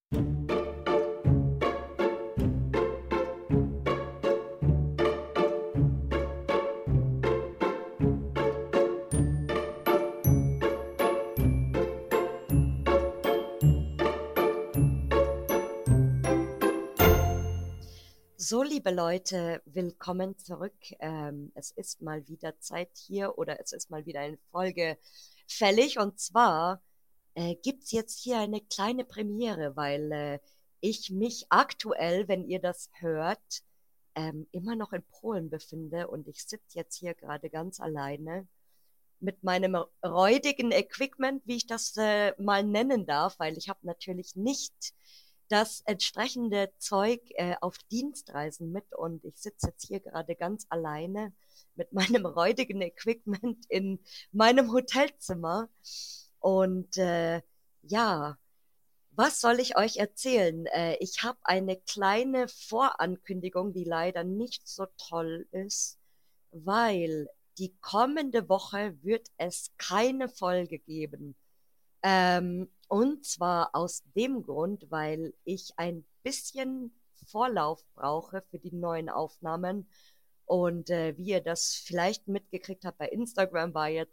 So, liebe Leute, willkommen zurück. Es ist mal wieder Zeit hier oder es ist mal wieder eine Folge fällig. Und zwar gibt es jetzt hier eine kleine Premiere, weil ich mich aktuell, wenn ihr das hört, immer noch in Polen befinde und ich sitze jetzt hier gerade ganz alleine mit meinem räudigen Equipment, wie ich das mal nennen darf, weil ich habe natürlich nicht das entsprechende Zeug auf Dienstreisen mit und ich sitze jetzt hier gerade ganz alleine mit meinem räudigen Equipment in meinem Hotelzimmer und ja, was soll ich euch erzählen? Ich habe eine kleine Vorankündigung, die leider nicht so toll ist, weil die kommende Woche wird es keine Folge geben. Und zwar aus dem Grund, weil ich ein bisschen Vorlauf brauche für die neuen Aufnahmen. Und wie ihr das vielleicht mitgekriegt habt bei Instagram,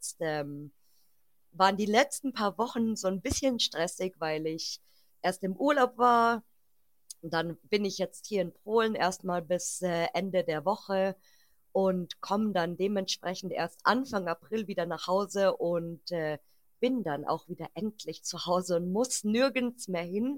waren die letzten paar Wochen so ein bisschen stressig, weil ich erst im Urlaub war. Und dann bin ich jetzt hier in Polen erstmal bis Ende der Woche und komme dann dementsprechend erst Anfang April wieder nach Hause und bin dann auch wieder endlich zu Hause und muss nirgends mehr hin.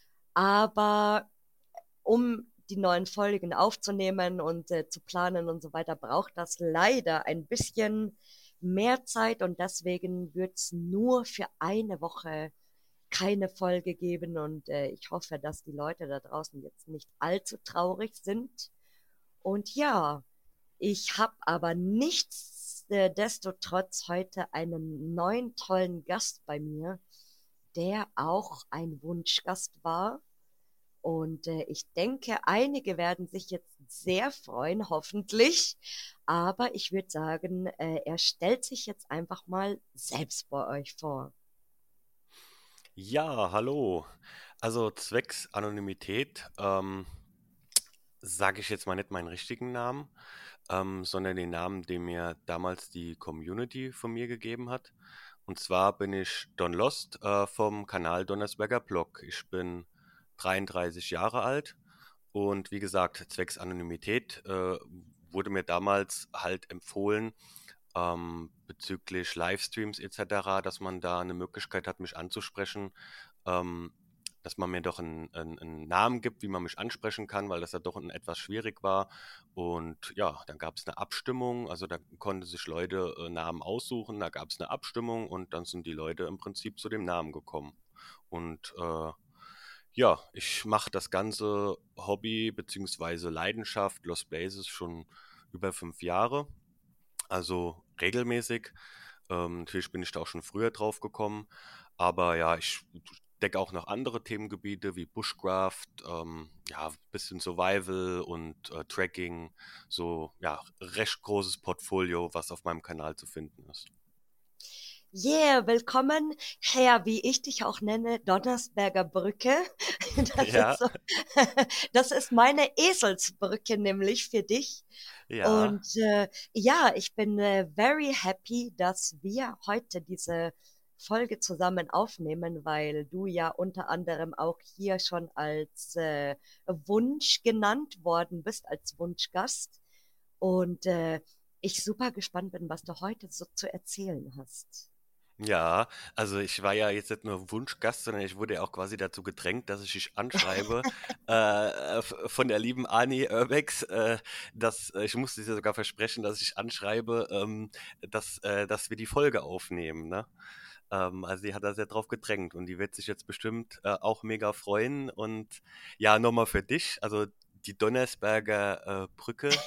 Aber um die neuen Folgen aufzunehmen und zu planen und so weiter, braucht das leider ein bisschen mehr Zeit und deswegen wird es nur für eine Woche keine Folge geben und ich hoffe, dass die Leute da draußen jetzt nicht allzu traurig sind. Und ja, ich habe aber nichtsdestotrotz heute einen neuen tollen Gast bei mir, der auch ein Wunschgast war. Und ich denke, einige werden sich jetzt sehr freuen, hoffentlich. Aber ich würde sagen, er stellt sich jetzt einfach mal selbst bei euch vor. Ja, hallo. Also zwecks Anonymität sage ich jetzt mal nicht meinen richtigen Namen, sondern den Namen, den mir damals die Community von mir gegeben hat. Und zwar bin ich Don Lost vom Kanal Donnersberger Blog. Ich bin 33 Jahre alt und wie gesagt, zwecks Anonymität wurde mir damals halt empfohlen, bezüglich Livestreams etc., dass man da eine Möglichkeit hat, mich anzusprechen, ähm, dass man mir doch einen Namen gibt, wie man mich ansprechen kann, weil das ja doch etwas schwierig war. Und ja, dann gab es eine Abstimmung, also da konnten sich Leute Namen aussuchen, da gab es eine Abstimmung und dann sind die Leute im Prinzip zu dem Namen gekommen. Und ja, ich mache das ganze Hobby bzw. Leidenschaft Lost Blazes schon über 5 Jahre, also regelmäßig. Natürlich bin ich da auch schon früher drauf gekommen, aber ja, ich decke auch noch andere Themengebiete wie Bushcraft, ja, bisschen Survival und Tracking, so ja, recht großes Portfolio, was auf meinem Kanal zu finden ist. Yeah, willkommen, Herr, wie ich dich auch nenne, Donnersberger Brücke. Das ist Ja, so, das ist meine Eselsbrücke nämlich für dich. ja, Und ja, ich bin very happy, dass wir heute diese Folge zusammen aufnehmen, weil du ja unter anderem auch hier schon als Wunsch genannt worden bist, als Wunschgast. Und ich super gespannt bin, was du heute so zu erzählen hast. ja, also ich war ja jetzt nicht nur Wunschgast, sondern ich wurde ja auch quasi dazu gedrängt, dass ich dich anschreibe von der lieben Ani Urbex, dass ich musste dir sogar versprechen, dass ich anschreibe, dass wir die Folge aufnehmen, ne? Also die hat da sehr drauf gedrängt und die wird sich jetzt bestimmt auch mega freuen. Und ja, nochmal für dich, also die Donnersberger Brücke,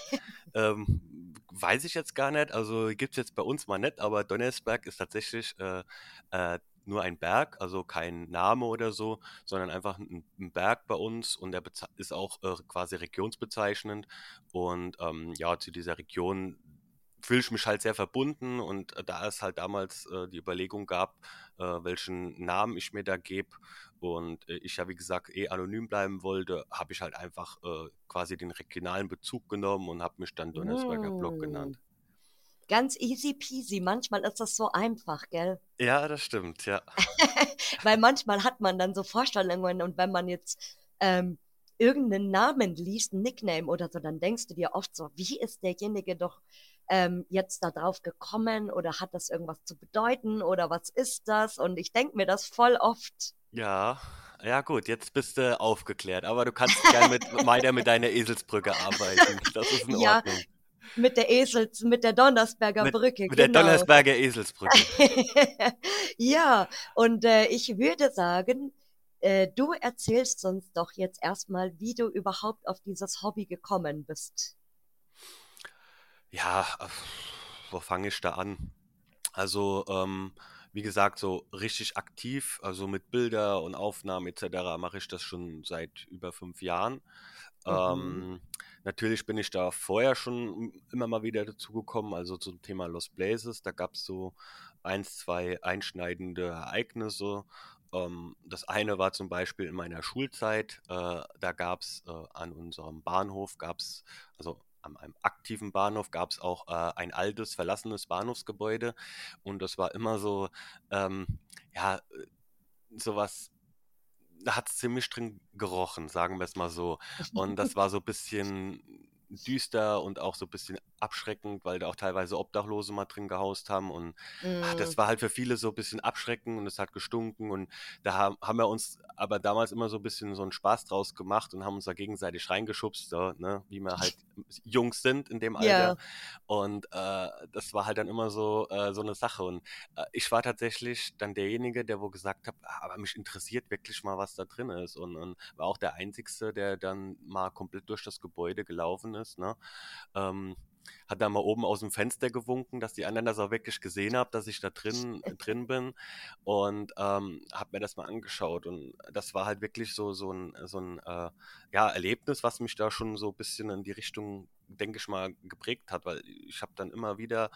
weiß ich jetzt gar nicht, also gibt es jetzt bei uns mal nicht, aber Donnersberg ist tatsächlich nur ein Berg, also kein Name oder so, sondern einfach ein Berg bei uns und der ist auch quasi regionsbezeichnend. Und ja, zu dieser Region fühle ich mich halt sehr verbunden und da es halt damals die Überlegung gab, welchen Namen ich mir da gebe und ich ja wie gesagt anonym bleiben wollte, habe ich halt einfach quasi den regionalen Bezug genommen und habe mich dann Donnersberger Blog Mm. genannt. Ganz easy peasy. Manchmal ist das so einfach, gell? Ja, das stimmt, ja. Weil manchmal hat man dann so Vorstellungen und wenn man jetzt irgendeinen Namen liest, ein Nickname oder so, dann denkst du dir oft so, wie ist derjenige doch jetzt da drauf gekommen oder hat das irgendwas zu bedeuten oder was ist das? Und ich denke mir das voll oft. Ja, ja gut, jetzt bist du aufgeklärt, aber du kannst gern weiter mit deiner Eselsbrücke arbeiten. Das ist in Ja, Ordnung. mit der Donnersberger Mit, Brücke, mit der genau. Donnersberger Eselsbrücke. Ja, und ich würde sagen, du erzählst uns doch jetzt erstmal, wie du überhaupt auf dieses Hobby gekommen bist. Ja, wo fange ich da an? Also, wie gesagt, so richtig aktiv, also mit Bilder und Aufnahmen etc. mache ich das schon seit über 5 Jahren. Mhm. Ähm, Natürlich bin ich da vorher schon immer mal wieder dazu gekommen, also zum Thema Lost Places. Da gab es so eins, zwei einschneidende Ereignisse. Das eine war zum Beispiel in meiner Schulzeit. Da gab es an unserem Bahnhof, also an einem aktiven Bahnhof, gab es auch ein altes, verlassenes Bahnhofsgebäude. Und das war immer so, ähm, ja, sowas, da hat es ziemlich drin gerochen, sagen wir es mal so. Und das war so ein bisschen düster und auch so ein bisschen abschreckend, weil da auch teilweise Obdachlose mal drin gehaust haben. Und Mm, das war halt für viele so ein bisschen abschreckend und es hat gestunken. Und da haben wir uns aber damals immer so ein bisschen so einen Spaß draus gemacht und haben uns da gegenseitig reingeschubst, so, ne, wie wir halt Jungs sind in dem Alter. ja. Und das war halt dann immer so eine Sache. Und ich war tatsächlich dann derjenige, der wo gesagt hat, aber mich interessiert wirklich mal, was da drin ist. Und war auch der Einzige, der dann mal komplett durch das Gebäude gelaufen ist. Ne? Ähm, Hat da mal oben aus dem Fenster gewunken, dass die anderen das auch wirklich gesehen haben, dass ich da drin bin. Und habe mir das mal angeschaut. Und das war halt wirklich so ein ja, Erlebnis, was mich da schon so ein bisschen in die Richtung, denke ich mal, geprägt hat, weil ich habe dann immer wieder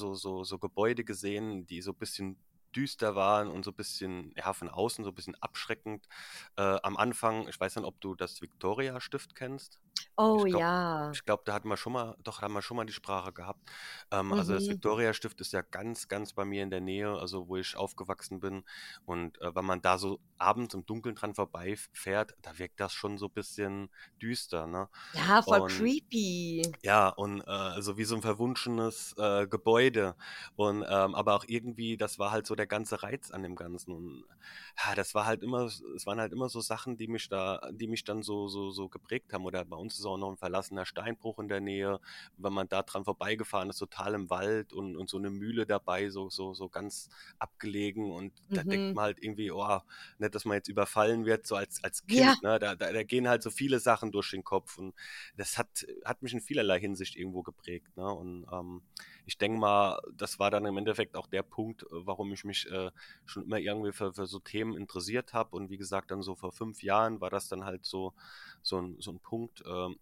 so Gebäude gesehen, die so ein bisschen düster waren und so ein bisschen, ja, von außen so ein bisschen abschreckend. Am Anfang, ich weiß nicht, ob du das Victoria-Stift kennst. Oh Ich glaube, ja. ich glaube, da hatten wir schon mal, doch, da haben wir schon mal die Sprache gehabt. Also das Mhm. Victoria-Stift ist ja ganz, ganz bei mir in der Nähe, also wo ich aufgewachsen bin. Und wenn man da so abends im Dunkeln dran vorbeifährt, da wirkt das schon so ein bisschen düster, ne? Ja, voll Und creepy. ja, und so wie so ein verwunschenes Gebäude. Und aber auch irgendwie, das war halt so der ganze Reiz an dem Ganzen. Und ja, das war halt immer, es waren halt immer so Sachen, die mich dann so geprägt haben. Oder bei uns ist auch noch ein verlassener Steinbruch in der Nähe. Wenn man da dran vorbeigefahren ist, total im Wald und so eine Mühle dabei, so ganz abgelegen. Und da denkt Mhm. man halt irgendwie, oh, nicht, dass man jetzt überfallen wird, so als Ja, Kind, ne? Da gehen halt so viele Sachen durch den Kopf. Und das hat mich in vielerlei Hinsicht irgendwo geprägt. Ne? Und ich denke mal, das war dann im Endeffekt auch der Punkt, warum ich mich schon immer irgendwie für so Themen interessiert habe. Und wie gesagt, dann so vor 5 Jahren war das dann halt so ein Punkt.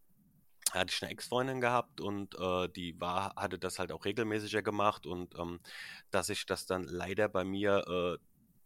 Da hatte ich eine Ex-Freundin gehabt und die hatte das halt auch regelmäßiger gemacht und dass sich das dann leider bei mir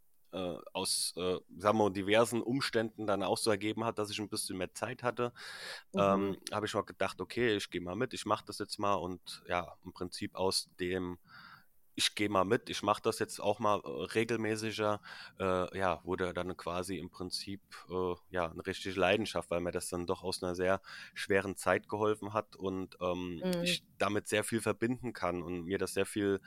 aus, sagen wir mal, diversen Umständen dann auch so ergeben hat, dass ich ein bisschen mehr Zeit hatte, mhm. habe ich mal gedacht, okay, ich gehe mal mit, ich mache das jetzt mal und ja, im Prinzip aus dem, ich gehe mal mit, ich mache das jetzt auch mal regelmäßiger, ja, wurde dann quasi im Prinzip ja, eine richtige Leidenschaft, weil mir das dann doch aus einer sehr schweren Zeit geholfen hat und Mhm. ich damit sehr viel verbinden kann und mir das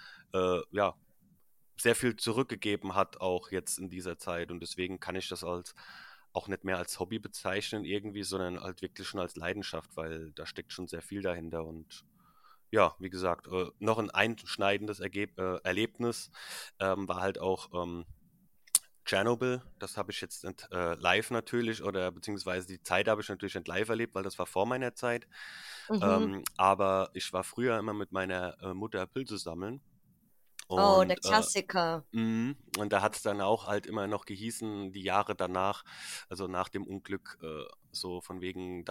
ja, sehr viel zurückgegeben hat, auch jetzt in dieser Zeit. Und deswegen kann ich das als auch nicht mehr als Hobby bezeichnen irgendwie, sondern halt wirklich schon als Leidenschaft, weil da steckt schon sehr viel dahinter. Und ja, wie gesagt, noch ein einschneidendes Erlebnis war halt auch Tschernobyl. Das habe ich jetzt nicht live natürlich, oder beziehungsweise die Zeit habe ich natürlich nicht live erlebt, weil das war vor meiner Zeit. Mhm. Aber ich war früher immer mit meiner Mutter Pilze sammeln. Oh, der Und Klassiker. Und da hat es dann auch halt immer noch gehießen, die Jahre danach, also nach dem Unglück, so von wegen,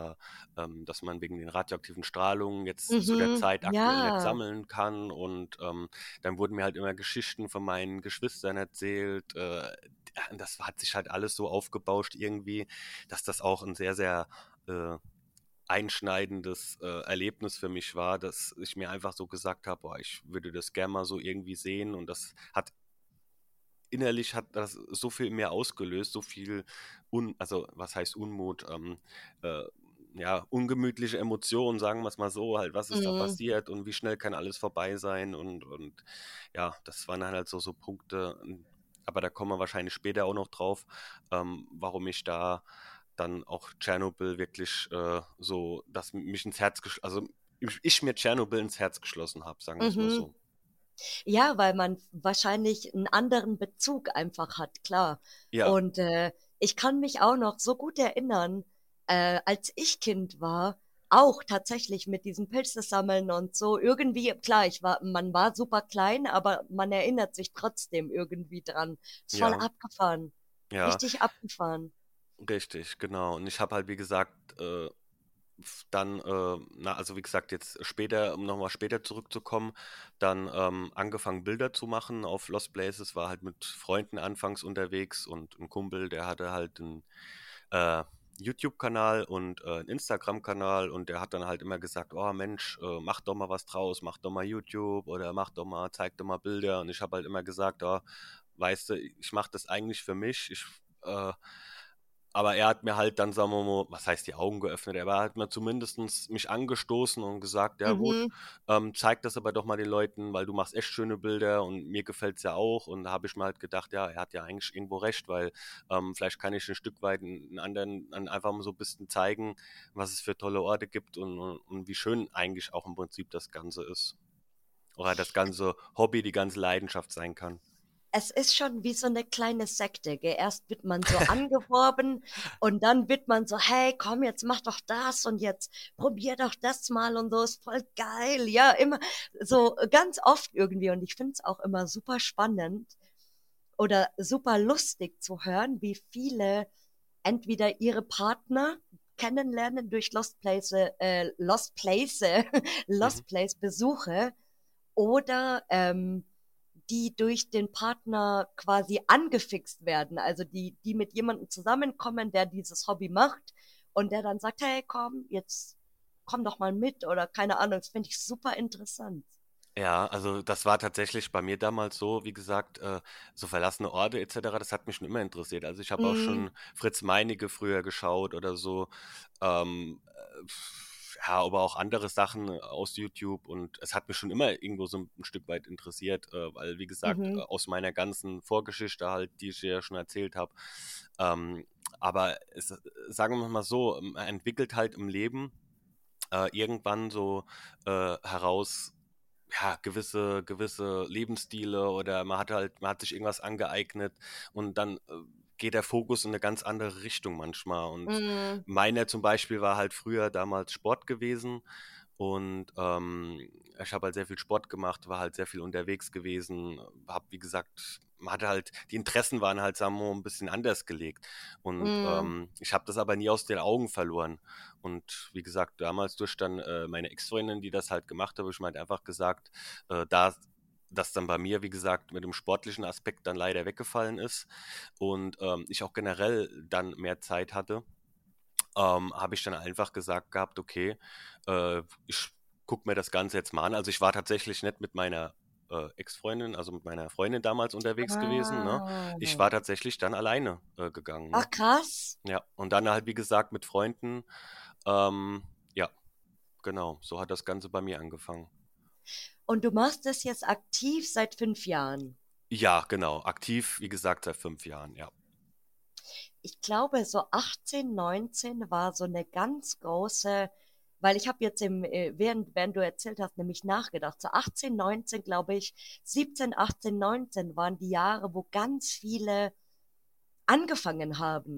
dass man wegen den radioaktiven Strahlungen jetzt zu der Mhm. Zeit aktuell nicht Ja. sammeln kann. Und dann wurden mir halt immer Geschichten von meinen Geschwistern erzählt. Das hat sich halt alles so aufgebauscht irgendwie, dass das auch ein sehr, sehr äh, einschneidendes Erlebnis für mich war, dass ich mir einfach so gesagt habe, boah, ich würde das gerne mal so irgendwie sehen. Und das hat innerlich hat das so viel in mir ausgelöst, so viel also was heißt Unmut, äh, ja, ungemütliche Emotionen, sagen wir es mal so, halt, was ist da Mhm. passiert und wie schnell kann alles vorbei sein. Und ja, das waren halt so Punkte, aber da kommen wir wahrscheinlich später auch noch drauf, warum ich da dann auch Tschernobyl wirklich so, dass mich ins Herz, also ich mir Tschernobyl ins Herz geschlossen habe, sagen wir es mal Mhm. so. Ja, weil man wahrscheinlich einen anderen Bezug einfach hat, klar. Ja, Und ich kann mich auch noch so gut erinnern, als ich Kind war, auch tatsächlich mit diesem Pilze sammeln und so. Irgendwie, klar, man war super klein, aber man erinnert sich trotzdem irgendwie dran. Ist voll ja, abgefahren. ja. Richtig abgefahren. Richtig, genau. Und ich habe halt, wie gesagt, dann, also wie gesagt, jetzt später, um nochmal später zurückzukommen, dann angefangen Bilder zu machen auf Lost Places, war halt mit Freunden anfangs unterwegs und ein Kumpel, der hatte halt einen äh, YouTube-Kanal und einen Instagram-Kanal und der hat dann halt immer gesagt, oh Mensch, mach doch mal was draus, mach doch mal YouTube oder zeig doch mal Bilder. Und ich habe halt immer gesagt, oh, weißt du, ich mache das eigentlich für mich. Äh, aber er hat mir halt dann, sagen wir mal, was heißt die Augen geöffnet? Er hat mir zumindest mich angestoßen und gesagt, ja gut, Mhm, zeig das aber doch mal den Leuten, weil du machst echt schöne Bilder und mir gefällt es ja auch. Und da habe ich mir halt gedacht, ja, er hat ja eigentlich irgendwo recht, weil vielleicht kann ich ein Stück weit einen anderen einfach mal so ein bisschen zeigen, was es für tolle Orte gibt und wie schön eigentlich auch im Prinzip das Ganze ist. Oder das ganze Hobby, die ganze Leidenschaft sein kann. es ist schon wie so eine kleine Sekte, gell? Erst wird man so angeworben und dann wird man so, hey, komm, jetzt mach doch das und jetzt probier doch das mal und so, ist voll geil. Ja, immer so ganz oft irgendwie und ich finde es auch immer super spannend oder super lustig zu hören, wie viele entweder ihre Partner kennenlernen durch Mhm. Lost Place Besuche oder die durch den Partner quasi angefixt werden, also die mit jemandem zusammenkommen, der dieses Hobby macht und der dann sagt, hey, komm, jetzt komm doch mal mit oder keine Ahnung, das finde ich super interessant. Ja, also das war tatsächlich bei mir damals so, wie gesagt, so verlassene Orte etc., das hat mich schon immer interessiert. Also ich habe auch Mm, schon Fritz Meinecke früher geschaut oder so. Ja, aber auch andere Sachen aus YouTube und es hat mich schon immer irgendwo so ein Stück weit interessiert, weil, wie gesagt, mhm, aus meiner ganzen Vorgeschichte halt, die ich dir ja schon erzählt habe. Ähm, aber sagen wir mal so, man entwickelt halt im Leben irgendwann so heraus, ja, gewisse Lebensstile oder man hat sich irgendwas angeeignet und dann geht der Fokus in eine ganz andere Richtung manchmal. Und mm, meiner zum Beispiel war halt früher damals Sport gewesen und ich habe halt sehr viel Sport gemacht, war halt sehr viel unterwegs gewesen, habe, wie gesagt, man hatte halt, die Interessen waren halt, sagen wir mal, ein bisschen anders gelegt. Und mm, ich habe das aber nie aus den Augen verloren. Und wie gesagt, damals durch dann meine Ex-Freundin, die das halt gemacht hat, habe ich mir halt einfach gesagt, da das dann bei mir, wie gesagt, mit dem sportlichen Aspekt dann leider weggefallen ist und ich auch generell dann mehr Zeit hatte, habe ich dann einfach gesagt gehabt, okay, ich gucke mir das Ganze jetzt mal an. Also ich war tatsächlich nicht mit meiner Ex-Freundin, also mit meiner Freundin damals unterwegs gewesen, ne? ah, Ich war tatsächlich dann alleine gegangen, ach ne? krass. Ja, und dann halt, wie gesagt, mit Freunden. Ähm, ja, genau, so hat das Ganze bei mir angefangen. Und du machst es jetzt aktiv seit 5 Jahren. Ja, genau, aktiv, wie gesagt, seit 5 Jahren, ja. Ich glaube, so 18, 19 war so eine ganz große, weil ich habe jetzt während du erzählt hast, nämlich nachgedacht. So 18, 19, glaube ich, 17, 18, 19 waren die Jahre, wo ganz viele angefangen haben.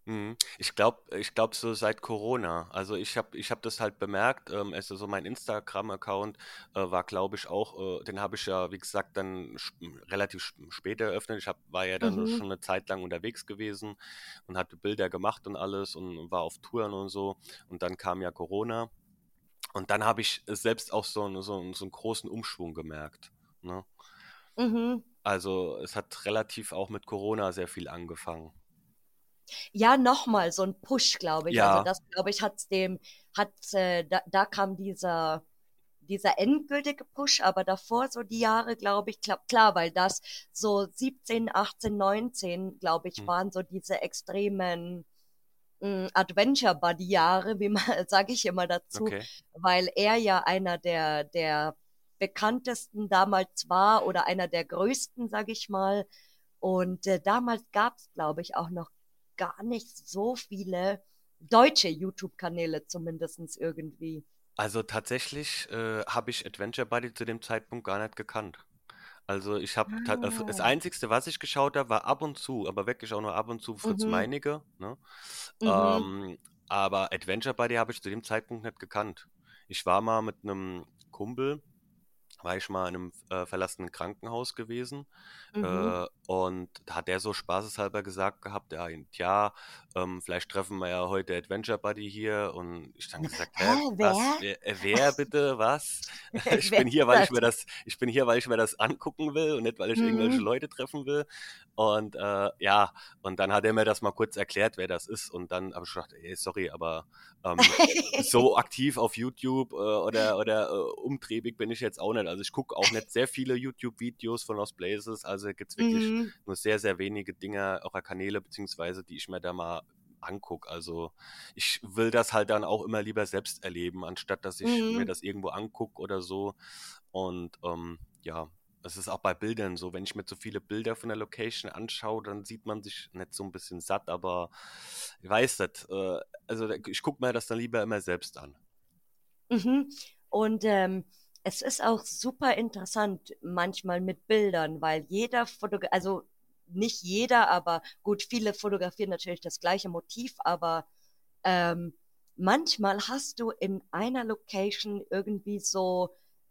Ich glaube so seit Corona. Also ich hab das halt bemerkt. Also so mein Instagram-Account war, glaube ich, auch, den habe ich ja, wie gesagt, dann relativ spät eröffnet. War ja dann Mhm, schon eine Zeit lang unterwegs gewesen und hatte Bilder gemacht und alles und war auf Touren und so. Und dann kam ja Corona. Und dann habe ich selbst auch so einen großen Umschwung gemerkt. Ne? mhm. Also es hat relativ auch mit Corona sehr viel angefangen. Ja, nochmal so ein Push, glaube ich. Also Ja, das, glaube ich, da kam dieser endgültige Push, aber davor so die Jahre, glaube ich, klar, weil das so 17, 18, 19, glaube ich, hm, waren so diese extremen Adventure Buddy Jahre, wie man, sage ich immer dazu, okay. weil er ja einer der bekanntesten damals war oder einer der größten, sage ich mal. Und damals gab es, glaube ich, auch noch gar nicht so viele deutsche YouTube-Kanäle zumindest irgendwie. Also tatsächlich habe ich Adventure Buddy zu dem Zeitpunkt gar nicht gekannt. Also das Ah, Einzigste, was ich geschaut habe, war ab und zu, aber wirklich auch nur ab und zu Fritz mhm, Meinecke, ne? mhm, Ähm, aber Adventure Buddy habe ich zu dem Zeitpunkt nicht gekannt. Ich war mal mit einem Kumpel, war ich mal in einem verlassenen Krankenhaus gewesen. mhm. Und da hat der so spaßeshalber gesagt gehabt, ja, tja, vielleicht treffen wir ja heute Adventure Buddy hier. Und ich dann gesagt, Hä, hä, was? wer? Wer bitte? Was? Ich Wer bin hier, ist weil ich das? mir ich bin hier, weil ich mir das angucken will und nicht, weil ich irgendwelche Mhm. Leute treffen will. Und ja, und dann hat er mir das mal kurz erklärt, wer das ist. Und dann habe ich gedacht, ey, sorry, aber so aktiv auf YouTube oder umtriebig bin ich jetzt auch nicht. Also ich gucke auch nicht sehr viele YouTube-Videos von Lost Places. Also gibt es wirklich Mhm. nur sehr, sehr wenige Dinge, auch Kanäle, beziehungsweise die ich mir da mal angucke. Also ich will das halt dann auch immer lieber selbst erleben, anstatt dass ich mir Mhm. das irgendwo angucke oder so. Und ja, es ist auch bei Bildern so, wenn ich mir zu viele Bilder von der Location anschaue, dann sieht man sich nicht so ein bisschen satt, aber ich weiß nicht. Also ich gucke mir das dann lieber immer selbst an. Mhm. Und es ist auch super interessant manchmal mit Bildern, weil also nicht jeder, aber gut, viele fotografieren natürlich das gleiche Motiv, aber ähm, manchmal hast du in einer Location irgendwie so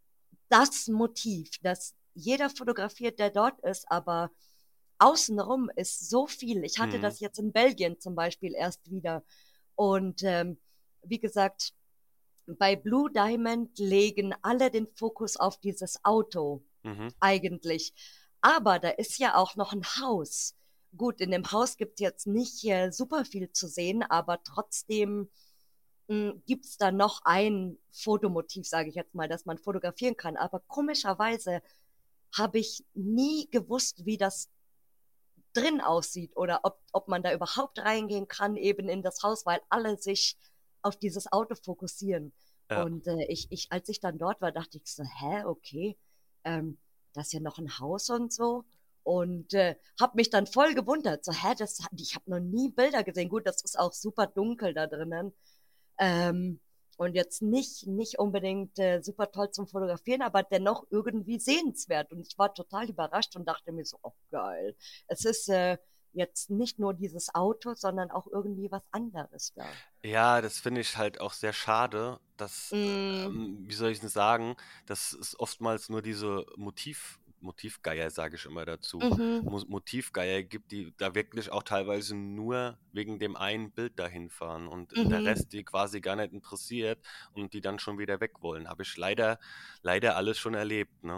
das Motiv, das jeder fotografiert, der dort ist, aber außenrum ist so viel. Ich hatte Mhm. das jetzt in Belgien zum Beispiel erst wieder. Und wie gesagt, bei Blue Diamond legen alle den Fokus auf dieses Auto Mhm. eigentlich. Aber da ist ja auch noch ein Haus. Gut, in dem Haus gibt es jetzt nicht super viel zu sehen, aber trotzdem gibt es da noch ein Fotomotiv, sage ich jetzt mal, das man fotografieren kann. Aber komischerweise habe ich nie gewusst, wie das drin aussieht oder ob man da überhaupt reingehen kann, eben in das Haus, weil alle sich auf dieses Auto fokussieren. Ja. Und als ich dann dort war, dachte ich so, hä, okay, ähm, das ist ja noch ein Haus und so. Und habe mich dann voll gewundert, so, hä, ich habe noch nie Bilder gesehen. Gut, das ist auch super dunkel da drinnen. Ähm, und jetzt nicht unbedingt super toll zum Fotografieren, aber dennoch irgendwie sehenswert. Und ich war total überrascht und dachte mir so, oh geil. Es ist jetzt nicht nur dieses Auto, sondern auch irgendwie was anderes da. Ja, das finde ich halt auch sehr schade, dass, Mm, wie soll ich denn sagen, dass es oftmals nur diese Motivgeier, sage ich immer dazu, mhm, Motivgeier gibt, die da wirklich auch teilweise nur wegen dem einen Bild dahin fahren und der mhm. Rest die quasi gar nicht interessiert und die dann schon wieder weg wollen. Habe ich leider alles schon erlebt, ne?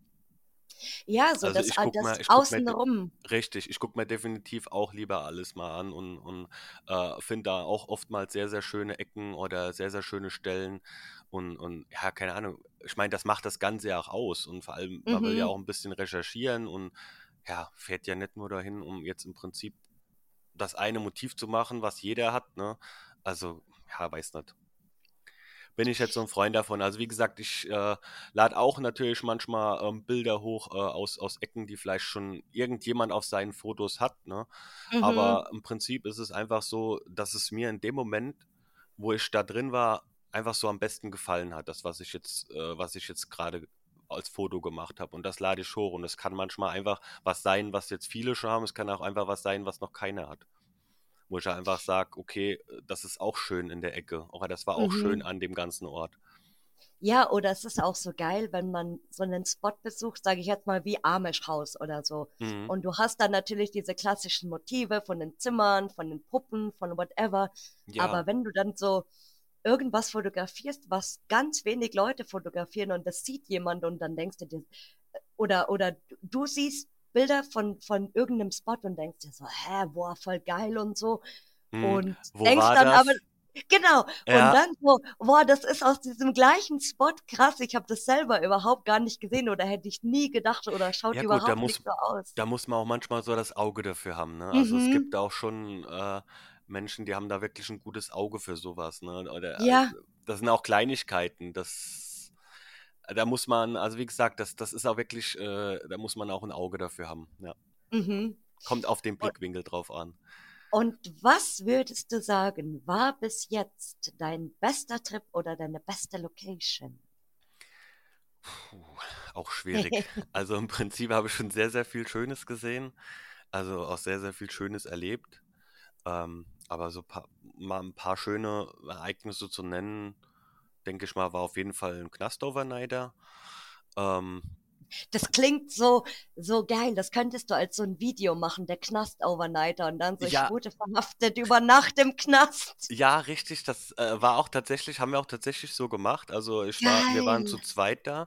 Ja, so Also das ich guck mir Außenrum. richtig, ich gucke mir definitiv auch lieber alles mal an und finde da auch oftmals sehr, sehr schöne Ecken oder sehr, sehr schöne Stellen und ja, keine Ahnung. Ich meine, das macht das Ganze ja auch aus und vor allem, man will ja Mhm. auch ein bisschen recherchieren und ja, fährt ja nicht nur dahin, um jetzt im Prinzip das eine Motiv zu machen, was jeder hat, ne? Also, ja, weiß nicht, bin ich jetzt so ein Freund davon. Also wie gesagt, ich lade auch natürlich manchmal Bilder hoch aus Ecken, die vielleicht schon irgendjemand auf seinen Fotos hat, ne? Mhm. Aber im Prinzip ist es einfach so, dass es mir in dem Moment, wo ich da drin war, einfach so am besten gefallen hat, das, was ich jetzt gerade als Foto gemacht habe. Und das lade ich hoch. Und es kann manchmal einfach was sein, was jetzt viele schon haben. Es kann auch einfach was sein, was noch keiner hat. wo ich einfach sage, okay, das ist auch schön in der Ecke, oder das war auch schön Mhm. an dem ganzen Ort. Ja, oder es ist auch so geil, wenn man so einen Spot besucht, sage ich jetzt mal wie Amish-Haus oder so. Mhm. Und du hast dann natürlich diese klassischen Motive von den Zimmern, von den Puppen, von whatever. Ja, Aber wenn du dann so irgendwas fotografierst, was ganz wenig Leute fotografieren und das sieht jemand und dann denkst du dir, oder du siehst Bilder von irgendeinem Spot und denkst dir so, hä, boah, voll geil und so. mhm. Und Wo denkst war dann aber, das? genau, und Ja, dann so, boah, das ist aus diesem gleichen Spot, krass, ich habe das selber überhaupt gar nicht gesehen oder hätte ich nie gedacht oder schaut ja gut, überhaupt nicht so aus. da muss man auch manchmal so das Auge dafür haben, ne? Also es gibt Mhm, auch schon Menschen, die haben da wirklich ein gutes Auge für sowas, ne? Oder ja, das sind auch Kleinigkeiten, da muss man, also wie gesagt, das ist auch wirklich, da muss man auch ein Auge dafür haben. Ja. mhm. Kommt auf den Und, Blickwinkel drauf an. und was würdest du sagen, war bis jetzt dein bester Trip oder deine beste Location? Puh, auch schwierig. Also im Prinzip habe ich schon sehr, sehr viel Schönes gesehen. Also auch sehr, sehr viel Schönes erlebt. Aber so mal ein paar schöne Ereignisse zu nennen, denke ich mal, war auf jeden Fall ein Knastovernighter. Ähm, Das klingt so, so geil. Das könntest du als so ein Video machen, der Knast-Overnighter und dann so, ich ja, wurde verhaftet über Nacht im Knast. ja, richtig, das war auch tatsächlich, haben wir auch tatsächlich so gemacht. Also wir waren zu Geil. zweit da.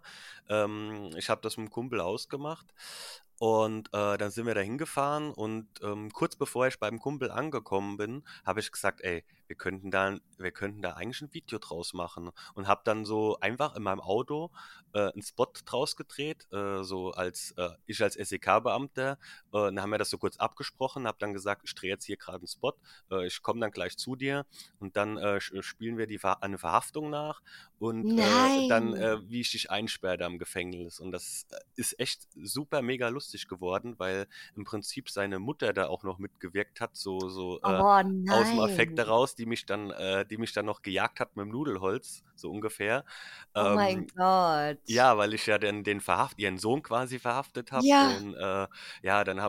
Ich habe das mit dem Kumpel ausgemacht. Und dann sind wir da hingefahren und kurz bevor ich beim Kumpel angekommen bin, habe ich gesagt, ey, wir könnten da eigentlich ein Video draus machen. Und habe dann so einfach in meinem Auto einen Spot draus gedreht, so ich als SEK-Beamter. Dann haben wir das so kurz abgesprochen, habe dann gesagt, ich drehe jetzt hier gerade einen Spot, ich komme dann gleich zu dir und dann spielen wir eine Verhaftung nach und dann, Nein. wie ich dich einsperre da im Gefängnis. Und das ist echt super mega lustig geworden, weil im Prinzip seine Mutter da auch noch mitgewirkt hat, Oh aus dem Affekt nein. daraus, die mich dann noch gejagt hat mit dem Nudelholz, so ungefähr. Oh mein Ähm, Gott. ja, weil ich ja dann ihren Sohn quasi verhaftet habe Ja. und ja, dann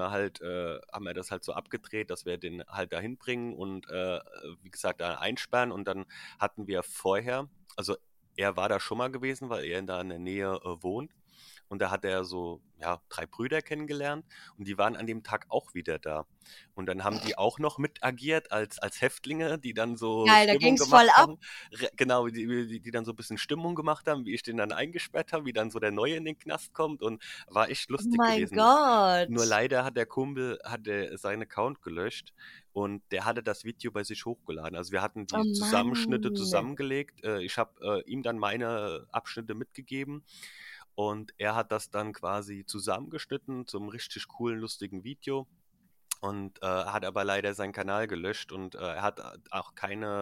haben wir das halt so abgedreht, dass wir den halt dahin bringen und wie gesagt da einsperren und dann hatten wir vorher, also er war da schon mal gewesen, weil er da in der Nähe wohnt und da hat er so, ja, 3 Brüder kennengelernt und die waren an dem Tag auch wieder da. Und dann haben die auch noch mit agiert als Häftlinge, die dann so Geil, da Stimmung ging's voll gemacht ab. haben. Genau, die dann so ein bisschen Stimmung gemacht haben, wie ich den dann eingesperrt habe, wie dann so der Neue in den Knast kommt und war echt Oh lustig mein gewesen. Nur Gott. leider hat der Kumpel hatte seinen Account gelöscht und der hatte das Video bei sich hochgeladen. Also wir hatten Oh die Zusammenschnitte Mann. zusammengelegt. Ich habe ihm dann meine Abschnitte mitgegeben und er hat das dann quasi zusammengeschnitten zum richtig coolen, lustigen Video und hat aber leider seinen Kanal gelöscht und er hat auch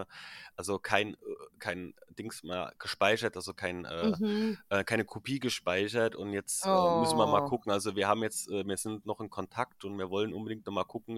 kein Dings mehr gespeichert, also Mhm. keine Kopie gespeichert und jetzt müssen wir mal Oh. gucken. Also wir sind noch in Kontakt und wir wollen unbedingt noch mal gucken.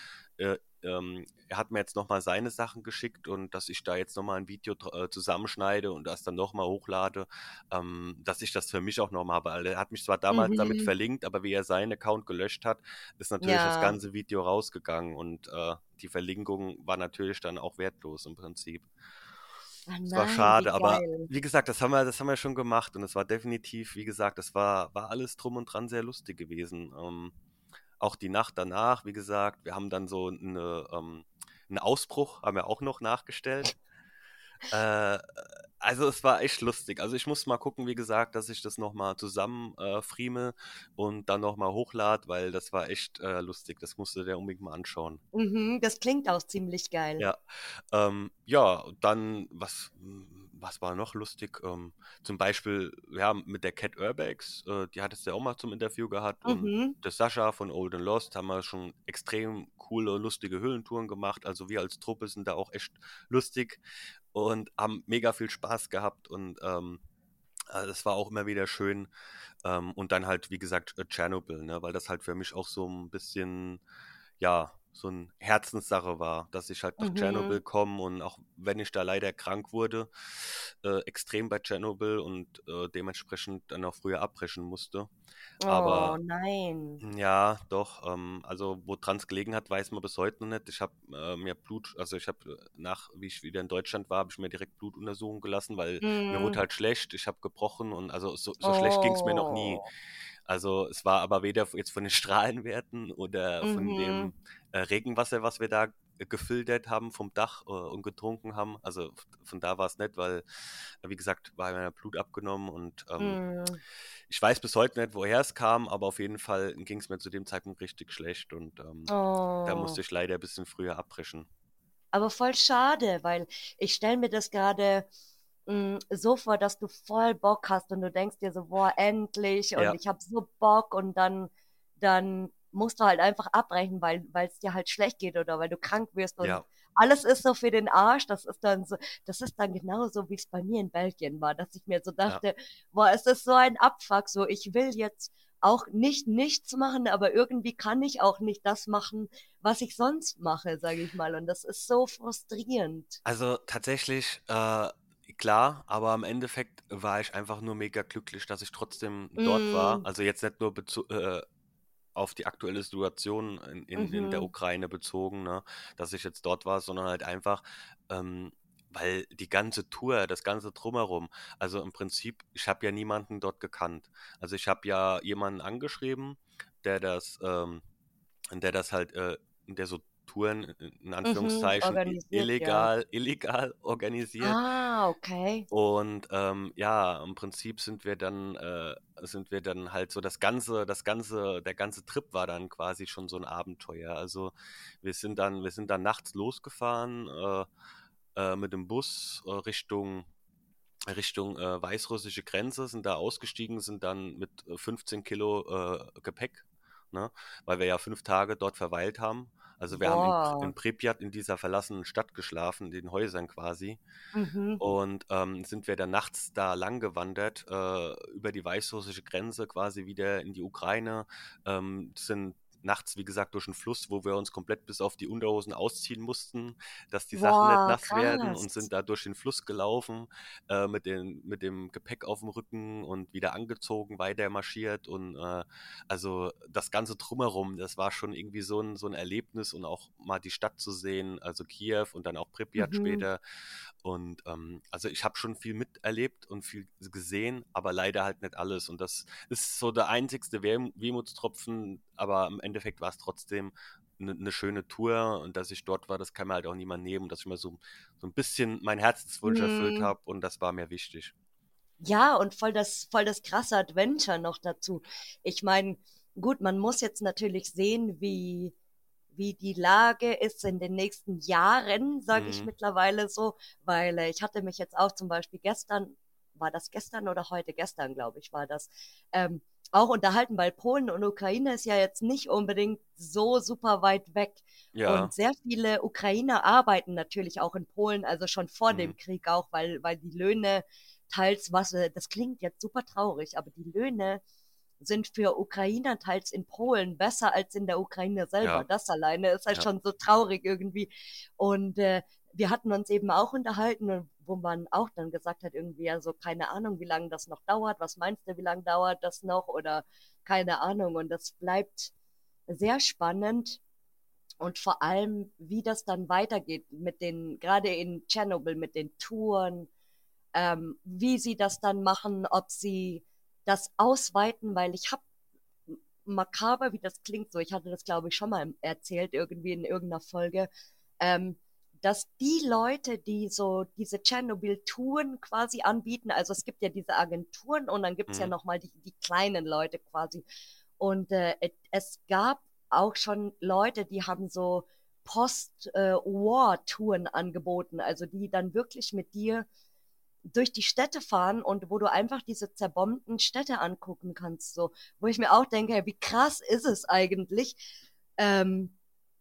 Er hat mir jetzt noch mal seine Sachen geschickt und dass ich da jetzt noch mal ein Video zusammenschneide und das dann noch mal hochlade, dass ich das für mich auch noch mal habe. Weil er hat mich zwar damals damit Mhm. verlinkt, aber wie er seinen Account gelöscht hat, ist natürlich das Ja. ganze Video rausgegangen und die Verlinkung war natürlich dann auch wertlos im Prinzip. Ah Es war nein, wie schade, aber geil. wie gesagt, das haben wir schon gemacht und es war definitiv, wie gesagt, war alles drum und dran sehr lustig gewesen. Auch die Nacht danach, wie gesagt, wir haben dann so einen Ausbruch, haben wir auch noch nachgestellt. Äh, also es war echt lustig. Also ich muss mal gucken, wie gesagt, dass ich das nochmal zusammen friemel und dann nochmal hochlade, weil das war echt lustig. Das musst du dir unbedingt mal anschauen. Mhm, das klingt auch ziemlich geil. Ja, ja, dann, was war noch lustig? Zum Beispiel, ja, mit der Cat Urbex, die hattest du ja auch mal zum Interview gehabt und Mhm. der Sascha von Old and Lost haben wir schon extrem coole, lustige Höhlentouren gemacht. Also wir als Truppe sind da auch echt lustig und haben mega viel Spaß gehabt und das war auch immer wieder schön. Und dann halt, wie gesagt, Tschernobyl, ne, weil das halt für mich auch so ein bisschen, ja, so ein Herzenssache war, dass ich halt nach Tschernobyl Mhm. komme und auch wenn ich da leider krank wurde, extrem bei Tschernobyl und dementsprechend dann auch früher abbrechen musste. Oh Aber nein. ja, doch. Also, wo dran gelegen hat, weiß man bis heute noch nicht. Ich habe mir Blut, also ich habe wie ich wieder in Deutschland war, habe ich mir direkt Blut untersuchen gelassen, weil mir wurde Mhm. halt schlecht. Ich habe gebrochen und also so schlecht ging es mir noch nie. Oh. Also es war aber weder jetzt von den Strahlenwerten oder von Mhm. dem Regenwasser, was wir da gefiltert haben vom Dach und getrunken haben. Also von da war es nicht, weil, wie gesagt, war mir Blut abgenommen und Mhm. ich weiß bis heute nicht, woher es kam, aber auf jeden Fall ging es mir zu dem Zeitpunkt richtig schlecht und da musste Oh. ich leider ein bisschen früher abbrechen. Aber voll schade, weil ich stelle mir das gerade so vor, dass du voll Bock hast und du denkst dir so, boah, endlich und Ja, ich habe so Bock und dann musst du halt einfach abbrechen, weil es dir halt schlecht geht oder weil du krank wirst und ja, alles ist so für den Arsch. Das ist dann genauso, wie es bei mir in Belgien war, dass ich mir so ja. dachte, boah, es ist so ein Abfuck, so ich will jetzt auch nicht nichts machen, aber irgendwie kann ich auch nicht das machen, was ich sonst mache, sage ich mal. Und das ist so frustrierend. Also tatsächlich, klar, aber im Endeffekt war ich einfach nur mega glücklich, dass ich trotzdem dort war. Mm, Also jetzt nicht nur auf die aktuelle Situation in der mhm, Ukraine bezogen, ne, dass ich jetzt dort war, sondern halt einfach, ähm, weil die ganze Tour, das ganze Drumherum, also im Prinzip, ich habe ja niemanden dort gekannt. Also ich habe ja jemanden angeschrieben, der das, ähm, der das halt, der so Touren in Anführungszeichen organisiert, ja. illegal organisiert. Ah, okay. Und ja, im Prinzip sind wir dann halt so der ganze Trip war dann quasi schon so ein Abenteuer. Also wir sind dann nachts losgefahren mit dem Bus Richtung weißrussische Grenze, sind da ausgestiegen, sind dann mit 15 Kilo Gepäck, ne, weil wir ja 5 Tage dort verweilt haben. Also wir haben Boah. in Pripyat in dieser verlassenen Stadt geschlafen, in den Häusern quasi. Mhm. Und sind wir dann nachts da lang gewandert, über die weißrussische Grenze quasi wieder in die Ukraine, sind nachts, wie gesagt, durch einen Fluss, wo wir uns komplett bis auf die Unterhosen ausziehen mussten, dass die Sachen nicht Boah, nass werden und krass. sind da durch den Fluss gelaufen, mit dem Gepäck auf dem Rücken und wieder angezogen, weiter marschiert und also das ganze Drumherum, das war schon irgendwie so ein Erlebnis und auch mal die Stadt zu sehen, also Kiew und dann auch Pripyat Mhm. später und also ich habe schon viel miterlebt und viel gesehen, aber leider halt nicht alles. Und das ist so der einzigste Wehmutstropfen, aber im Endeffekt war es trotzdem eine schöne Tour und dass ich dort war, das kann mir halt auch niemand nehmen, dass ich mir so ein bisschen meinen Herzenswunsch erfüllt Mhm. habe und das war mir wichtig. Ja, und voll das krasse Adventure noch dazu. Ich meine, gut, man muss jetzt natürlich sehen, wie die Lage ist in den nächsten Jahren, sage ich Mhm. mittlerweile so, weil ich hatte mich jetzt auch zum Beispiel gestern, war das gestern oder heute? Gestern, glaube ich, war das, ähm, auch unterhalten, weil Polen und Ukraine ist ja jetzt nicht unbedingt so super weit weg. Und Ja. sehr viele Ukrainer arbeiten natürlich auch in Polen, also schon vor Mhm. dem Krieg auch, weil die Löhne teils das klingt jetzt super traurig, aber die Löhne sind für Ukrainer teils in Polen besser als in der Ukraine selber. Ja. Das alleine ist halt Ja. schon so traurig irgendwie. Und wir hatten uns eben auch unterhalten, wo man auch dann gesagt hat, irgendwie, also keine Ahnung, wie lange das noch dauert. Was meinst du, wie lange dauert das noch? Oder keine Ahnung. Und das bleibt sehr spannend. Und vor allem, wie das dann weitergeht mit den, gerade in Tschernobyl, mit den Touren, wie sie das dann machen, ob sie das ausweiten, weil ich habe makaber, wie das klingt, so ich hatte das glaube ich schon mal erzählt, irgendwie in irgendeiner Folge, ähm, dass die Leute, die so diese Tschernobyl-Touren quasi anbieten, also es gibt ja diese Agenturen und dann gibt es ja Mhm. nochmal die kleinen Leute quasi. Und es gab auch schon Leute, die haben so Post-War-Touren angeboten, also die dann wirklich mit dir durch die Städte fahren und wo du einfach diese zerbombten Städte angucken kannst, so, wo ich mir auch denke, hey, wie krass ist es eigentlich, ähm,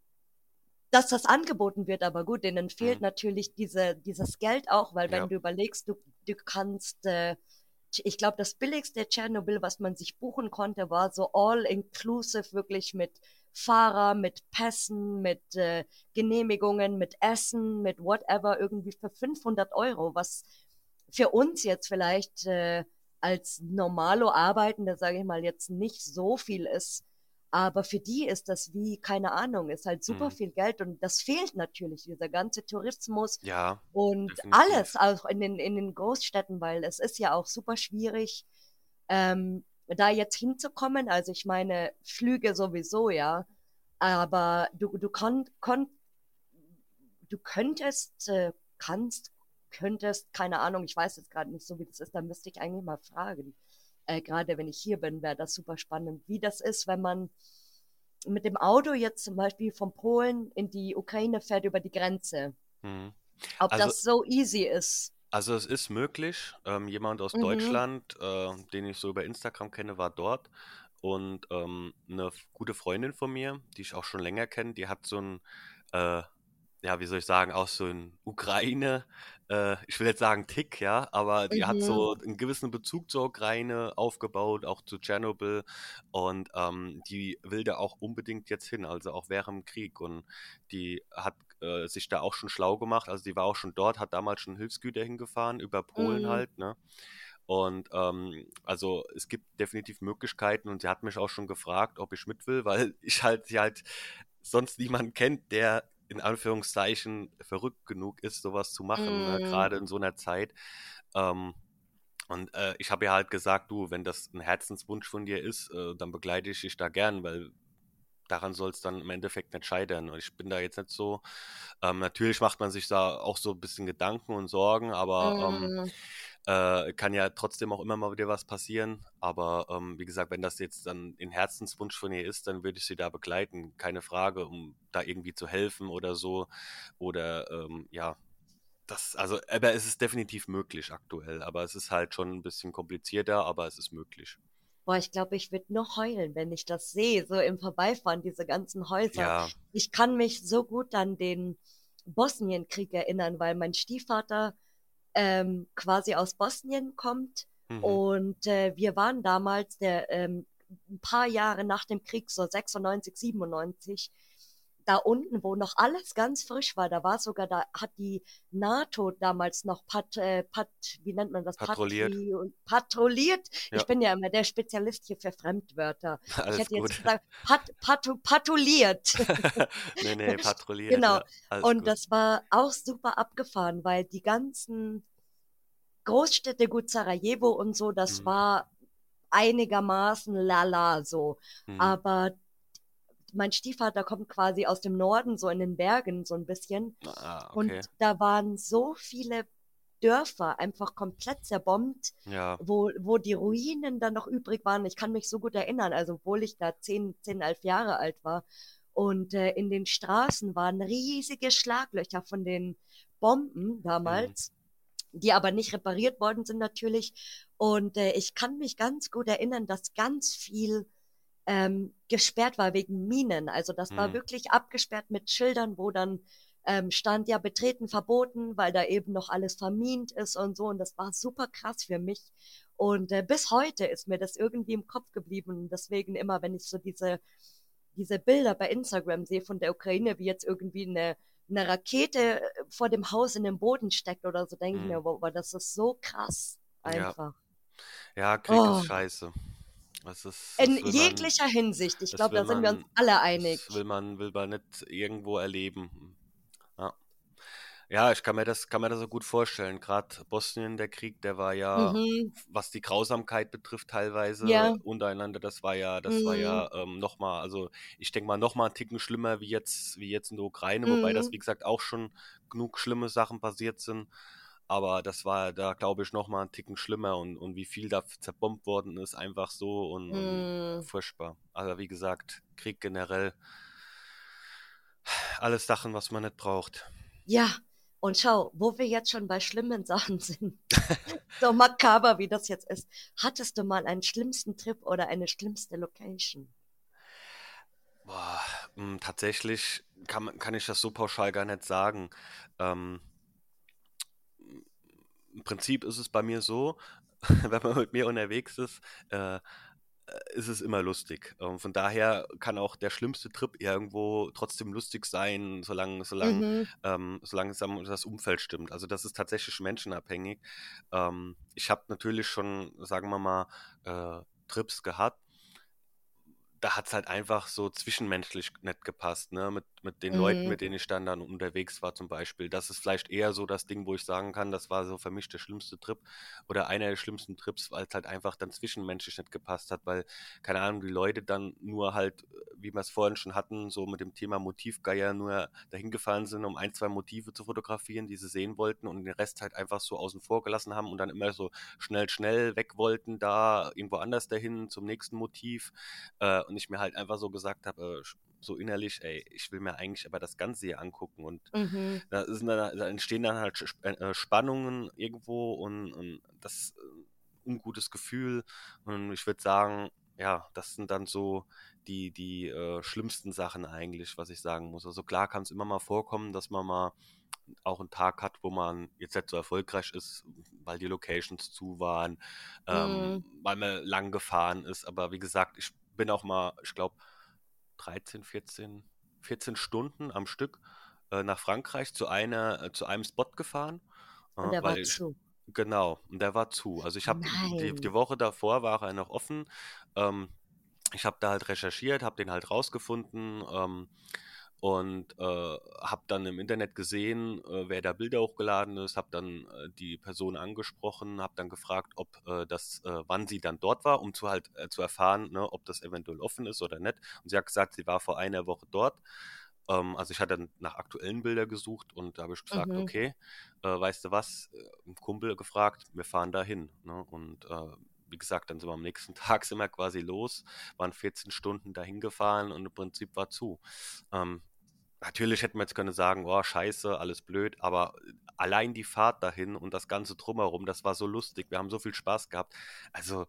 dass das angeboten wird, aber gut, denen Mhm. fehlt natürlich dieses Geld auch, weil wenn Ja. du überlegst, du kannst, ich glaube, das billigste Tschernobyl, was man sich buchen konnte, war so all inclusive, wirklich mit Fahrer, mit Pässen, mit Genehmigungen, mit Essen, mit whatever, irgendwie für 500 €, was für uns jetzt vielleicht als normalo Arbeitende, sage ich mal, jetzt nicht so viel ist. Aber für die ist das wie, keine Ahnung, ist halt super Mhm. viel Geld und das fehlt natürlich, dieser ganze Tourismus Ja, und alles, definitiv. auch in den Großstädten, weil es ist ja auch super schwierig, da jetzt hinzukommen. Also ich meine, Flüge sowieso, ja, aber du könntest, keine Ahnung, ich weiß jetzt gerade nicht so, wie das ist, da müsste ich eigentlich mal fragen. Gerade wenn ich hier bin, wäre das super spannend, wie das ist, wenn man mit dem Auto jetzt zum Beispiel von Polen in die Ukraine fährt über die Grenze. Mhm. Ob Also das so easy ist. Also es ist möglich. Jemand aus Mhm, Deutschland, den ich so über Instagram kenne, war dort. Und eine gute Freundin von mir, die ich auch schon länger kenne, die hat so ein, äh, ja, wie soll ich sagen, auch so ein Ukraine, ich will jetzt sagen Tick, ja, aber die hat mhm, so einen gewissen Bezug zur Ukraine aufgebaut, auch zu Tschernobyl. Und die will da auch unbedingt jetzt hin, also auch während dem Krieg. Und die hat sich da auch schon schlau gemacht. Also die war auch schon dort, hat damals schon Hilfsgüter hingefahren, über Polen mhm, halt, ne? Und also es gibt definitiv Möglichkeiten und sie hat mich auch schon gefragt, ob ich mit will, weil ich halt sie halt sonst niemanden kennt, der in Anführungszeichen verrückt genug ist, sowas zu machen, ne? mhm, Gerade in so einer Zeit. Ähm, und ich habe ja halt gesagt, du, wenn das ein Herzenswunsch von dir ist, dann begleite ich dich da gern, weil daran soll es dann im Endeffekt nicht scheitern. Und ich bin da jetzt nicht so. Natürlich macht man sich da auch so ein bisschen Gedanken und Sorgen, aber mhm. kann ja trotzdem auch immer mal wieder was passieren. Aber wie gesagt, wenn das jetzt dann ein Herzenswunsch von ihr ist, dann würde ich sie da begleiten. Keine Frage, um da irgendwie zu helfen oder so. Oder ja, aber es ist definitiv möglich aktuell. Aber es ist halt schon ein bisschen komplizierter, aber es ist möglich. Boah, ich glaube, ich würde noch heulen, wenn ich das sehe, so im Vorbeifahren, diese ganzen Häuser. Ja, Ich kann mich so gut an den Bosnienkrieg erinnern, weil mein Stiefvater quasi aus Bosnien kommt mhm. und wir waren damals ein paar Jahre nach dem Krieg, so 96, 97, da unten, wo noch alles ganz frisch war. Da hat die NATO damals noch wie nennt man das, Patrouilliert. patrouilliert. Ich Ja, bin ja immer der Spezialist hier für Fremdwörter. Ich alles hätte gut. jetzt gesagt, patrouilliert. Nee, nee, patrouilliert, Genau. ja, alles Und gut. das war auch super abgefahren, weil die ganzen Großstädte, gut, Sarajevo und so, das Mhm. war einigermaßen lala so. Mhm. Aber mein Stiefvater kommt quasi aus dem Norden, so in den Bergen, so ein bisschen. Ah, Und okay. da waren so viele Dörfer einfach komplett zerbombt, Ja. wo die Ruinen dann noch übrig waren. Ich kann mich so gut erinnern, also obwohl ich da 11 Jahre alt war. Und in den Straßen waren riesige Schlaglöcher von den Bomben Mhm. damals, die aber nicht repariert worden sind natürlich. Und ich kann mich ganz gut erinnern, dass ganz viel gesperrt war wegen Minen. Also das war Mhm. wirklich abgesperrt mit Schildern, wo dann stand ja betreten verboten, weil da eben noch alles vermint ist und so. Und das war super krass für mich. Und bis heute ist mir das irgendwie im Kopf geblieben. Und deswegen immer, wenn ich so diese Bilder bei Instagram sehe von der Ukraine, wie jetzt irgendwie eine Rakete vor dem Haus in den Boden steckt oder so, denke ich Mhm. mir, wow, das ist so krass Ja. einfach. Ja, Krieg ist Oh, scheiße. Das ist, in jeglicher Hinsicht. Ich das glaube, will da sind wir uns man, alle das einig. will man nicht irgendwo erleben. Ja. Ja, kann mir das so gut vorstellen. Gerade Bosnien, der Krieg, der war ja, Mhm. was die Grausamkeit betrifft, teilweise Ja. untereinander, das war Mhm. ja nochmal, also ich denke mal nochmal einen Ticken schlimmer wie jetzt in der Ukraine, wobei das, Mhm. wie gesagt, auch schon genug schlimme Sachen passiert sind. Aber das war da, glaube ich, nochmal einen Ticken schlimmer und wie viel da zerbombt worden ist, einfach so und Mhm. furchtbar. Also wie gesagt, Krieg generell, alles Sachen, was man nicht braucht. Ja. Und schau, wo wir jetzt schon bei schlimmen Sachen sind, so makaber wie das jetzt ist, hattest du mal einen schlimmsten Trip oder eine schlimmste Location? Boah, tatsächlich kann ich das so pauschal gar nicht sagen. Ähm, Im Prinzip ist es bei mir so, wenn man mit mir unterwegs ist, äh, ist es immer lustig. Von daher kann auch der schlimmste Trip irgendwo trotzdem lustig sein, Mhm. solange sagen wir, das Umfeld stimmt. Also das ist tatsächlich menschenabhängig. Ich habe natürlich schon, sagen wir mal, Trips gehabt, da hat es halt einfach so zwischenmenschlich nicht gepasst, ne? Mit den Leuten, Mhm. mit denen ich dann unterwegs war zum Beispiel. Das ist vielleicht eher so das Ding, wo ich sagen kann, das war so für mich der schlimmste Trip oder einer der schlimmsten Trips, weil es halt einfach dann zwischenmenschlich nicht gepasst hat, weil, keine Ahnung, die Leute dann nur halt, wie wir es vorhin schon hatten, so mit dem Thema Motivgeier nur dahin gefahren sind, um ein, zwei Motive zu fotografieren, die sie sehen wollten und den Rest halt einfach so außen vor gelassen haben und dann immer so schnell weg wollten, da irgendwo anders dahin zum nächsten Motiv. Und ich mir halt einfach so gesagt habe, so innerlich, ey, ich will mir eigentlich aber das Ganze hier angucken. Und Mhm. da entstehen dann halt Spannungen irgendwo und das ungutes Gefühl. Und ich würde sagen, ja, das sind dann so die schlimmsten Sachen eigentlich, was ich sagen muss. Also klar kann es immer mal vorkommen, dass man mal auch einen Tag hat, wo man jetzt nicht so erfolgreich ist, weil die Locations zu waren, Mhm. weil man lang gefahren ist. Aber wie gesagt, ich bin auch mal, ich glaube, 13, 14 Stunden am Stück nach Frankreich zu einem Spot gefahren, Und er weil war ich, zu. genau, und der war zu. Also ich habe die Nein. Woche davor war er noch offen. Ähm, Ich habe da halt recherchiert, habe den halt rausgefunden, und habe dann im Internet gesehen, wer da Bilder hochgeladen ist, habe dann die Person angesprochen, habe dann gefragt, ob wann sie dann dort war, um zu erfahren, ne, ob das eventuell offen ist oder nicht. Und sie hat gesagt, sie war vor einer Woche dort. Also ich hatte dann nach aktuellen Bildern gesucht und da habe ich gesagt, Mhm. okay, weißt du was, einen Kumpel gefragt, wir fahren da hin. Ne? Und wie gesagt, dann sind wir am nächsten Tag sind wir quasi los, waren 14 Stunden dahin gefahren und im Prinzip war zu. Ähm, Natürlich hätten wir jetzt können sagen, oh, scheiße, alles blöd, aber allein die Fahrt dahin und das Ganze drumherum, das war so lustig, wir haben so viel Spaß gehabt. Also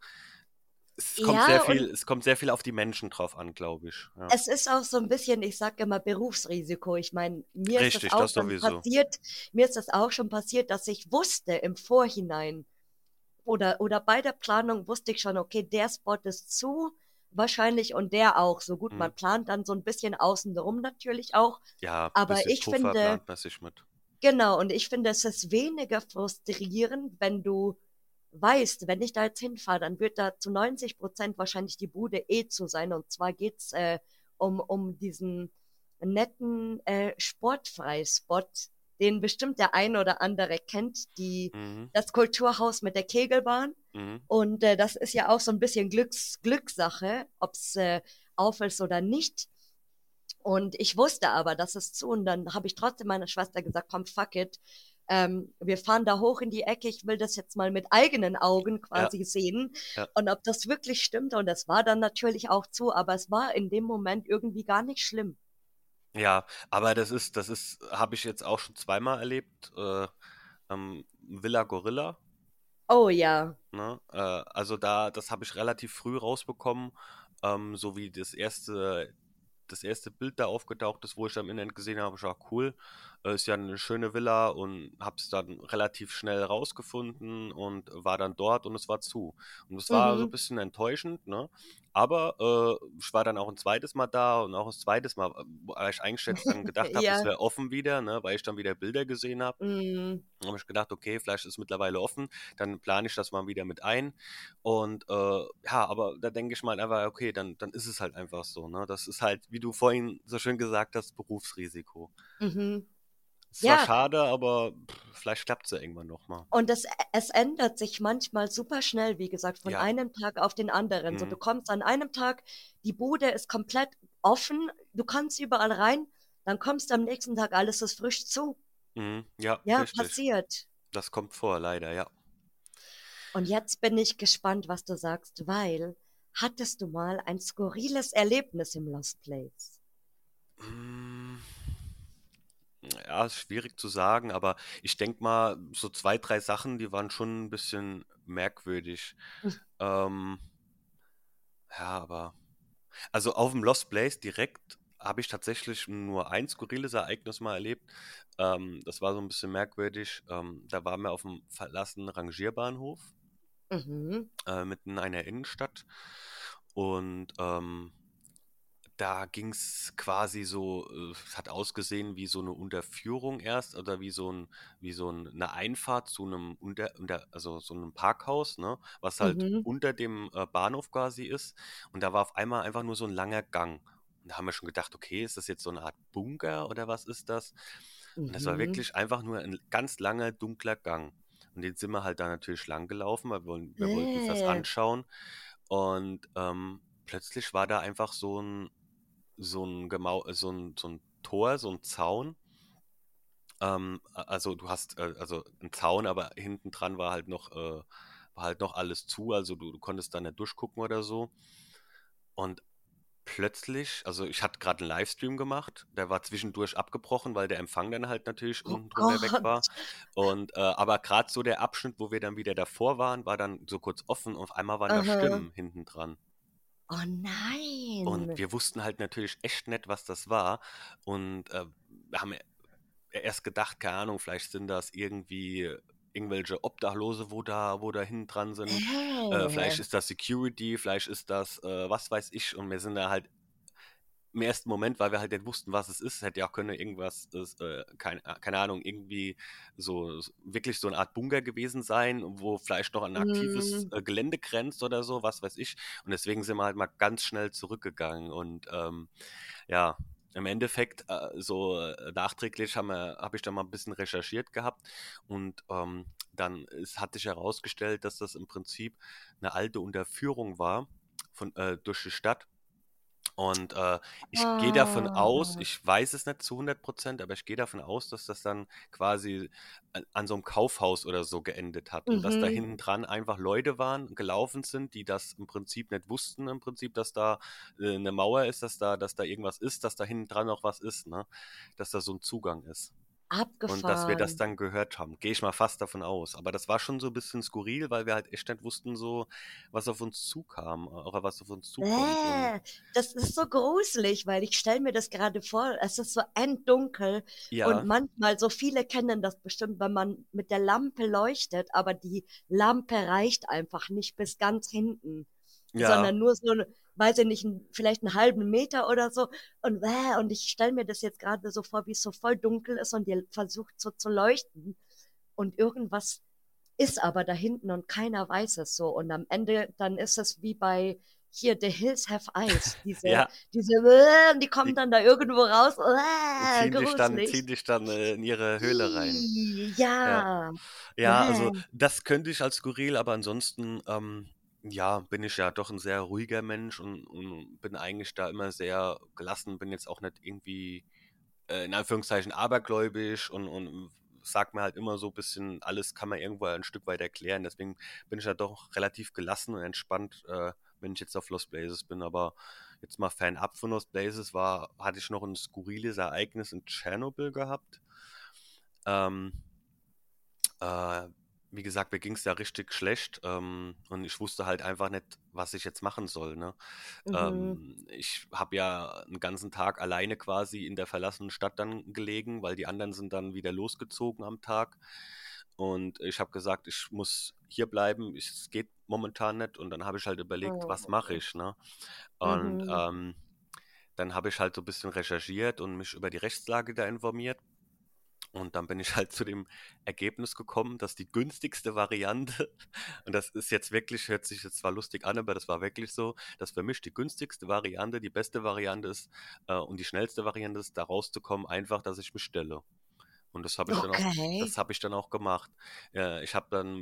Ja, und es kommt sehr viel auf die Menschen drauf an, glaube ich. Ja. es ist auch so ein bisschen, ich sage immer, Berufsrisiko. Ich meine, mir ist das Richtig, auch das schon sowieso. passiert, mir ist das auch schon passiert, dass ich wusste im Vorhinein oder bei der Planung wusste ich schon, okay, der Spot ist zu, wahrscheinlich und der auch. So gut, Hm. man plant dann so ein bisschen außenrum natürlich auch. Ja, Aber bisschen ich Puffer finde, plant man sich mit. genau, und ich finde, es ist weniger frustrierend, wenn du weißt, wenn ich da jetzt hinfahre, dann wird da zu 90% wahrscheinlich die Bude eh zu sein. Und zwar geht's um diesen netten Sportfreispot, den bestimmt der ein oder andere kennt, Mhm. das Kulturhaus mit der Kegelbahn. Mhm. Und das ist ja auch so ein bisschen Glückssache, ob's auf ist oder nicht. Und ich wusste aber, dass es zu. Und dann habe ich trotzdem meiner Schwester gesagt, komm, fuck it. Wir fahren da hoch in die Ecke. Ich will das jetzt mal mit eigenen Augen Ja, quasi sehen. ja. Und ob das wirklich stimmt. Und es war dann natürlich auch zu. Aber es war in dem Moment irgendwie gar nicht schlimm. Ja, aber habe ich jetzt auch schon zweimal erlebt. Villa Gorilla, Oh ja. ne? Also das habe ich relativ früh rausbekommen, so wie das erste Bild da aufgetaucht ist, wo ich am Internet gesehen habe, ich auch cool. Ist ja eine schöne Villa und habe es dann relativ schnell rausgefunden und war dann dort und es war zu. Und es war so ein Mhm. bisschen enttäuschend, ne? Aber ich war dann auch ein zweites Mal da und auch ein zweites Mal, weil ich eigentlich jetzt dann gedacht habe, es Ja. wäre offen wieder, ne? Weil ich dann wieder Bilder gesehen habe. Mm. Dann habe ich gedacht, okay, vielleicht ist es mittlerweile offen, dann plane ich das mal wieder mit ein. Und ja, aber da denke ich mal einfach, okay, dann ist es halt einfach so. Ne? Das ist halt, wie du vorhin so schön gesagt hast, Berufsrisiko. Mhm. Es war Ja, schade, aber vielleicht klappt es ja irgendwann nochmal. und es ändert sich manchmal super schnell, wie gesagt, von Ja, einem Tag auf den anderen. So, du mhm, kommst an einem Tag, die Bude ist komplett offen, du kannst überall rein, dann kommst du am nächsten Tag, alles ist frisch zu. ja, Ja, richtig. passiert. Das kommt vor, leider, ja. Und jetzt bin ich gespannt, was du sagst, weil hattest du mal ein skurriles Erlebnis im Lost Place? Mm, Ja, ist schwierig zu sagen, aber ich denke mal, so zwei, drei Sachen, die waren schon ein bisschen merkwürdig. Ähm, ja, aber. Also auf dem Lost Place direkt habe ich tatsächlich nur ein skurriles Ereignis mal erlebt. Das war so ein bisschen merkwürdig. Da waren wir auf dem verlassenen Rangierbahnhof Mhm. mitten in einer Innenstadt. Und da ging es quasi so, es hat ausgesehen wie so eine Unterführung erst oder eine Einfahrt zu einem also so einem Parkhaus, ne, was halt Mhm. unter dem Bahnhof quasi ist. Und da war auf einmal einfach nur so ein langer Gang. Und da haben wir schon gedacht, okay, ist das jetzt so eine Art Bunker oder was ist das? Und das war Mhm. wirklich einfach nur ein ganz langer, dunkler Gang. Und den sind wir halt da natürlich lang gelaufen, weil wir wollten uns das Äh. anschauen. Und plötzlich war da einfach so ein Tor, so ein Zaun. Also du hast also ein Zaun, aber hinten dran war halt noch alles zu, also du konntest da nicht durchgucken oder so. Und plötzlich, also ich hatte gerade einen Livestream gemacht, der war zwischendurch abgebrochen, weil der Empfang dann halt natürlich Oh unten drunter weg Gott. war. Und aber gerade so der Abschnitt, wo wir dann wieder davor waren, war dann so kurz offen und auf einmal waren da Aha. Stimmen hinten dran. Oh Und nein. wir wussten halt natürlich echt nicht, was das war. Und wir haben erst gedacht, keine Ahnung, vielleicht sind das irgendwie irgendwelche Obdachlose, wo da hinten dran sind. Vielleicht Äh. ist das Security, vielleicht ist das was weiß ich. Und wir sind da halt im ersten Moment, weil wir halt nicht wussten, was es ist, hätte ja auch können irgendwas, keine Ahnung, irgendwie wirklich so eine Art Bunker gewesen sein, wo vielleicht noch ein aktives Mhm. Gelände grenzt oder so, was weiß ich. Und deswegen sind wir halt mal ganz schnell zurückgegangen. Und ja, im Endeffekt, nachträglich habe ich da mal ein bisschen recherchiert gehabt und hat sich herausgestellt, dass das im Prinzip eine alte Unterführung war durch die Stadt. Und ich gehe davon aus, Ah. ich weiß es nicht zu 100%, aber ich gehe davon aus, dass das dann quasi an so einem Kaufhaus oder so geendet hat und dass da Mhm. hinten dran einfach Leute waren, gelaufen sind, die das im Prinzip nicht wussten, im Prinzip, dass da eine Mauer ist, dass da irgendwas ist, dass da hinten dran noch was ist, ne? Dass da so ein Zugang ist. Und dass wir das Abgefahren. dann gehört haben. Gehe ich mal fast davon aus. Aber das war schon so ein bisschen skurril, weil wir halt echt nicht wussten, so, was auf uns zukam oder was auf uns zukommt. Und Äh, Das ist so gruselig, weil ich stelle mir das gerade vor, es ist so enddunkel und ja, manchmal, so viele kennen das bestimmt, wenn man mit der Lampe leuchtet, aber die Lampe reicht einfach nicht bis ganz hinten, ja, sondern nur so, weiß ich nicht, vielleicht einen halben Meter oder so. Und ich stelle mir das jetzt gerade so vor, wie es so voll dunkel ist und ihr versucht so zu leuchten und irgendwas ist aber da hinten und keiner weiß es so. Und am Ende, dann ist es wie bei hier The Hills Have Eyes. ja, Die kommen die dann da irgendwo raus. ziehen Gruselig. dich dann in ihre Höhle rein. Ja, Ja. ja, also das könnte ich als skurril, aber ansonsten, ja, bin ich ja doch ein sehr ruhiger Mensch und bin eigentlich da immer sehr gelassen, bin jetzt auch nicht irgendwie in Anführungszeichen abergläubisch und sag mir halt immer so ein bisschen, alles kann man irgendwo ein Stück weit erklären. Deswegen bin ich ja doch relativ gelassen und entspannt, wenn ich jetzt auf Lost Places bin. Aber jetzt mal fernab von Lost Places hatte ich noch ein skurriles Ereignis in Tschernobyl gehabt. Ähm, äh, Wie gesagt, mir ging es da richtig schlecht und ich wusste halt einfach nicht, was ich jetzt machen soll. Ne? Mhm. Ich habe ja einen ganzen Tag alleine quasi in der verlassenen Stadt dann gelegen, weil die anderen sind dann wieder losgezogen am Tag. Und ich habe gesagt, ich muss hier bleiben, es geht momentan nicht. Und dann habe ich halt überlegt, was mache Oh. ich, ne? Und Mhm. dann habe ich halt so ein bisschen recherchiert und mich über die Rechtslage da informiert. Und dann bin ich halt zu dem Ergebnis gekommen, dass die günstigste Variante, und das ist jetzt wirklich, hört sich jetzt zwar lustig an, aber das war wirklich so, dass für mich die günstigste Variante, die beste Variante ist und die schnellste Variante ist, da rauszukommen, einfach, dass ich mich stelle. Und Okay. das habe ich dann auch gemacht. Ich habe dann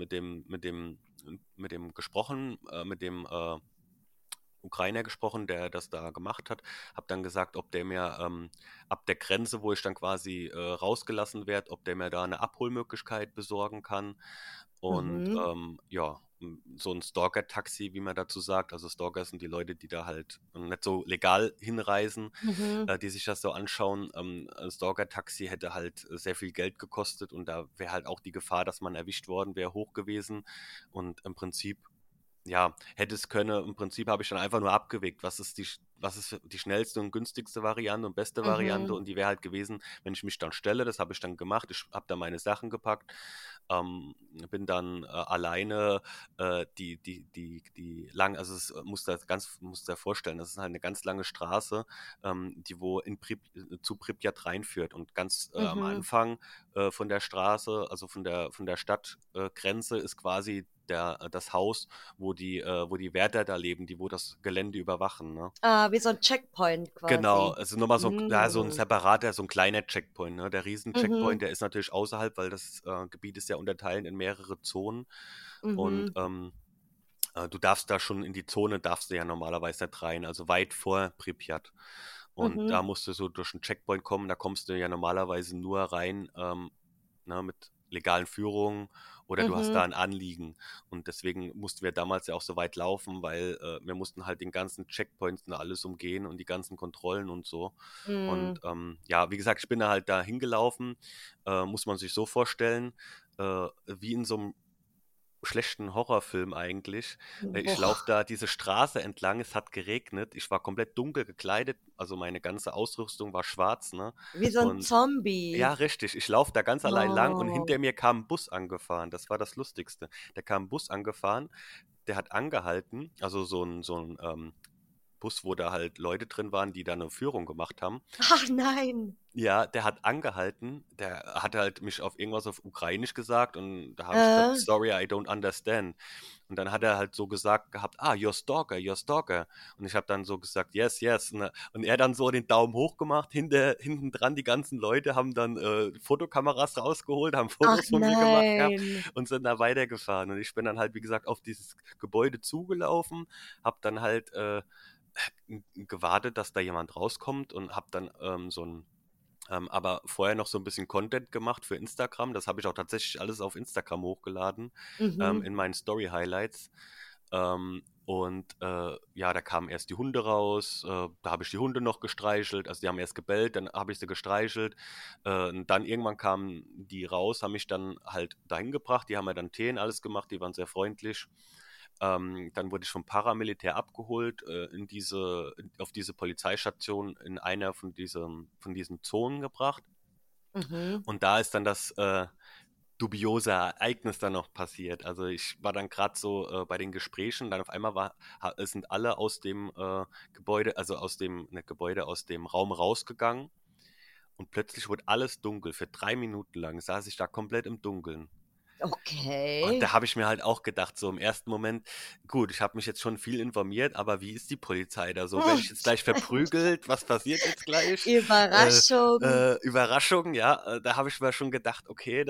mit dem gesprochen, mit dem Ukrainer gesprochen, der das da gemacht hat, habe dann gesagt, ob der mir ab der Grenze, wo ich dann quasi rausgelassen werde, ob der mir da eine Abholmöglichkeit besorgen kann. Und Mhm. ja, so ein Stalker-Taxi, wie man dazu sagt. Also Stalker sind die Leute, die da halt nicht so legal hinreisen, Mhm. die sich das so anschauen. Ein Stalker-Taxi hätte halt sehr viel Geld gekostet und da wäre halt auch die Gefahr, dass man erwischt worden wäre, hoch gewesen. Und im Prinzip ja, hätte es können. Im Prinzip habe ich dann einfach nur abgewegt, was ist die schnellste und günstigste Variante und beste Variante. Mhm. Und die wäre halt gewesen, wenn ich mich dann stelle, das habe ich dann gemacht. Ich habe da meine Sachen gepackt, Ähm, bin dann alleine die lang, also es musst du dir vorstellen, das ist halt eine ganz lange Straße, die wo zu Pripyat reinführt. Und ganz am Mhm. Anfang von der Straße, also von der Stadtgrenze, ist quasi das Haus, wo die Wärter da leben, die wo das Gelände überwachen, ne? Ah, wie so ein Checkpoint Genau, quasi. also nochmal so, ja, so ein Mhm. separater, so ein kleiner Checkpoint, ne? Der Mhm. Riesen-Checkpoint, der ist natürlich außerhalb, weil das Gebiet ist ja unterteilt in mehrere Zonen. Und Mhm. du darfst da schon in die Zone, darfst du ja normalerweise nicht rein, also weit vor Pripyat. Und da Mhm. musst du so durch einen Checkpoint kommen, da kommst du ja normalerweise nur rein, ne, mit legalen Führungen oder du hast da Mhm. ein Anliegen. Und deswegen mussten wir damals ja auch so weit laufen, weil wir mussten halt den ganzen Checkpoints und alles umgehen und die ganzen Kontrollen und so. Und Mhm. ja, wie gesagt, ich bin da halt da hingelaufen, muss man sich so vorstellen, wie in so einem schlechten Horrorfilm eigentlich. Ich laufe Boah, da diese Straße entlang, es hat geregnet, ich war komplett dunkel gekleidet, also meine ganze Ausrüstung war schwarz, ne? wie so ein Und ja, Zombie. richtig, ich laufe da ganz allein lang und Oh. hinter mir kam ein Bus angefahren, das war das Lustigste. Der kam ein Bus angefahren, der hat angehalten, also so ein Bus, wo da halt Leute drin waren, die da eine Führung gemacht haben. Ach nein. Ja, der hat angehalten, der hat halt mich auf irgendwas auf Ukrainisch gesagt und da habe ich gesagt, Äh, sorry, I don't understand. Und dann hat er halt so gesagt gehabt, ah, you're stalker, you're stalker. Und ich habe dann so gesagt, yes, yes. Und er dann so den Daumen hoch gemacht, hinten dran die ganzen Leute haben dann Fotokameras rausgeholt, haben ach Fotos von mir gemacht gehabt nein. und sind da weitergefahren. Und ich bin dann halt, wie gesagt, auf dieses Gebäude zugelaufen, habe dann halt gewartet, dass da jemand rauskommt und habe dann aber vorher noch so ein bisschen Content gemacht für Instagram. Das habe ich auch tatsächlich alles auf Instagram hochgeladen, Mhm. in meinen Story-Highlights. Ja, da kamen erst die Hunde raus, da habe ich die Hunde noch gestreichelt, also die haben erst gebellt, dann habe ich sie gestreichelt, und dann irgendwann kamen die raus, haben mich dann halt dahin gebracht, die haben mir dann Tee und alles gemacht, die waren sehr freundlich. Dann wurde ich vom Paramilitär abgeholt, auf diese Polizeistation in einer von diesen Zonen gebracht. Mhm. Und da ist dann das dubiose Ereignis dann noch passiert. Also ich war dann gerade so bei den Gesprächen, dann auf einmal sind alle aus dem Gebäude, also nicht Gebäude, aus dem Raum rausgegangen und plötzlich wurde alles dunkel. Für 3 Minuten lang saß ich da komplett im Dunkeln. Und da Okay. habe ich mir halt auch gedacht, so im ersten Moment, gut, ich habe mich jetzt schon viel informiert, aber wie ist die Polizei da so? Werde ich jetzt gleich verprügelt? Was passiert jetzt gleich? Überraschung. Überraschung, ja, da habe ich mir schon gedacht, okay,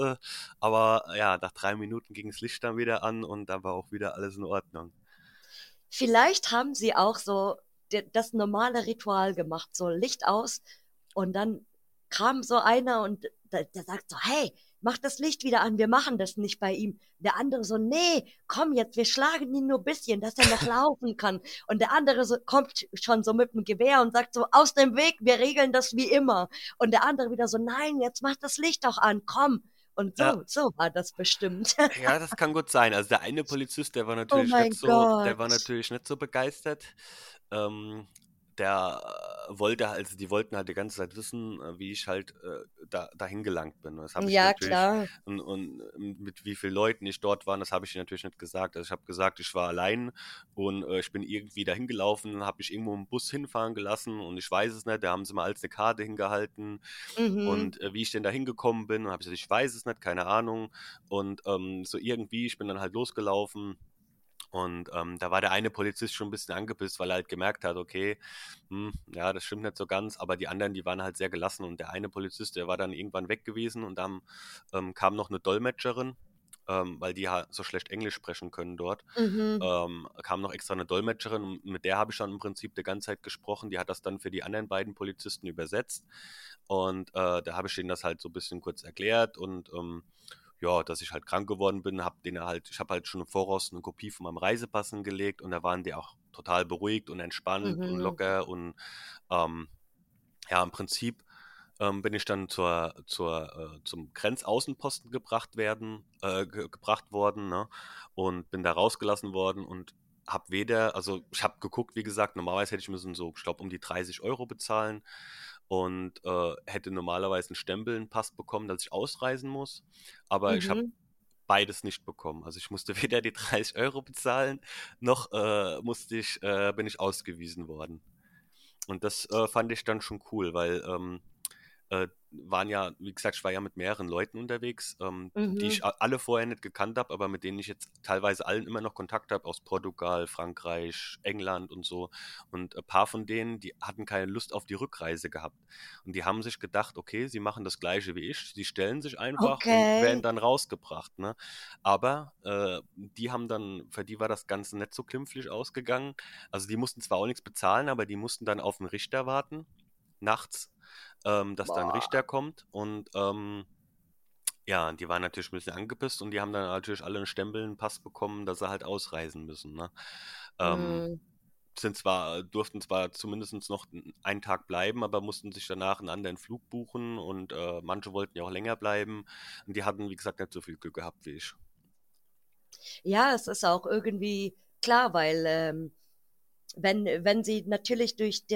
aber ja, nach 3 Minuten ging das Licht dann wieder an und dann war auch wieder alles in Ordnung. Vielleicht haben sie auch so das normale Ritual gemacht, so Licht aus und dann kam so einer und der sagt so, hey, mach das Licht wieder an, wir machen das nicht bei ihm. Der andere so, nee, komm jetzt, wir schlagen ihn nur ein bisschen, dass er noch laufen kann. Und der andere so, kommt schon so mit dem Gewehr und sagt so, aus dem Weg, wir regeln das wie immer. Und der andere wieder so, nein, jetzt mach das Licht doch an, komm. Und Ja, so war das bestimmt. ja, das kann gut sein. Also der eine Polizist, Oh mein der war Gott. natürlich nicht so begeistert. Ähm, der also die wollten halt die ganze Zeit wissen, wie ich halt dahin gelangt bin. Das habe ich Ja, natürlich, klar. und mit wie vielen Leuten ich dort war, das habe ich ihnen natürlich nicht gesagt. Also ich habe gesagt, ich war allein und ich bin irgendwie dahin gelaufen, habe mich irgendwo im Bus hinfahren gelassen und ich weiß es nicht. Da haben sie mal als eine Karte hingehalten Mhm. und wie ich denn da hingekommen bin, und habe ich gesagt, ich weiß es nicht, keine Ahnung. Und so irgendwie, ich bin dann halt losgelaufen und da war der eine Polizist schon ein bisschen angepisst, weil er halt gemerkt hat, okay, ja, das stimmt nicht so ganz, aber die anderen, die waren halt sehr gelassen und der eine Polizist, der war dann irgendwann weg gewesen und dann kam noch eine Dolmetscherin, weil die halt so schlecht Englisch sprechen können dort. Mhm. Kam noch extra eine Dolmetscherin und mit der habe ich dann im Prinzip die ganze Zeit gesprochen. Die hat das dann für die anderen beiden Polizisten übersetzt und da habe ich denen das halt so ein bisschen kurz erklärt und ja, dass ich halt krank geworden bin, ich habe halt schon im Voraus eine Kopie von meinem Reisepass hingelegt und da waren die auch total beruhigt und entspannt und Mhm. locker und ähm, ja, im Prinzip bin ich dann zum Grenzaußenposten gebracht worden, ne? Und bin da rausgelassen worden und also ich habe geguckt, wie gesagt, normalerweise hätte ich müssen so, ich glaube, um die 30 € bezahlen. und hätte normalerweise einen Stempel, einen Pass bekommen, dass ich ausreisen muss. Aber ich habe Mhm. beides nicht bekommen. Also ich musste weder die 30 € bezahlen, noch bin ich ausgewiesen worden. Und das fand ich dann schon cool, weil waren ja, wie gesagt, ich war ja mit mehreren Leuten unterwegs, die Mhm. ich alle vorher nicht gekannt habe, aber mit denen ich jetzt teilweise allen immer noch Kontakt habe, aus Portugal, Frankreich, England und so. Und ein paar von denen, die hatten keine Lust auf die Rückreise gehabt. Und die haben sich gedacht, okay, sie machen das Gleiche wie ich, sie stellen sich einfach und werden Okay. dann rausgebracht. Ne? Aber die haben dann, für die war das Ganze nicht so glimpflich ausgegangen. Also die mussten zwar auch nichts bezahlen, aber die mussten dann auf den Richter warten, nachts, dass da ein Boah. Richter kommt und ja, die waren natürlich ein bisschen angepisst und die haben dann natürlich alle einen Stempel, einen Pass bekommen, dass sie halt ausreisen müssen, ne? Ähm, Mhm. durften zwar zumindest noch einen Tag bleiben, aber mussten sich danach einen anderen Flug buchen und manche wollten ja auch länger bleiben und die hatten, wie gesagt, nicht so viel Glück gehabt wie ich. Ja, es ist auch irgendwie klar, weil wenn sie natürlich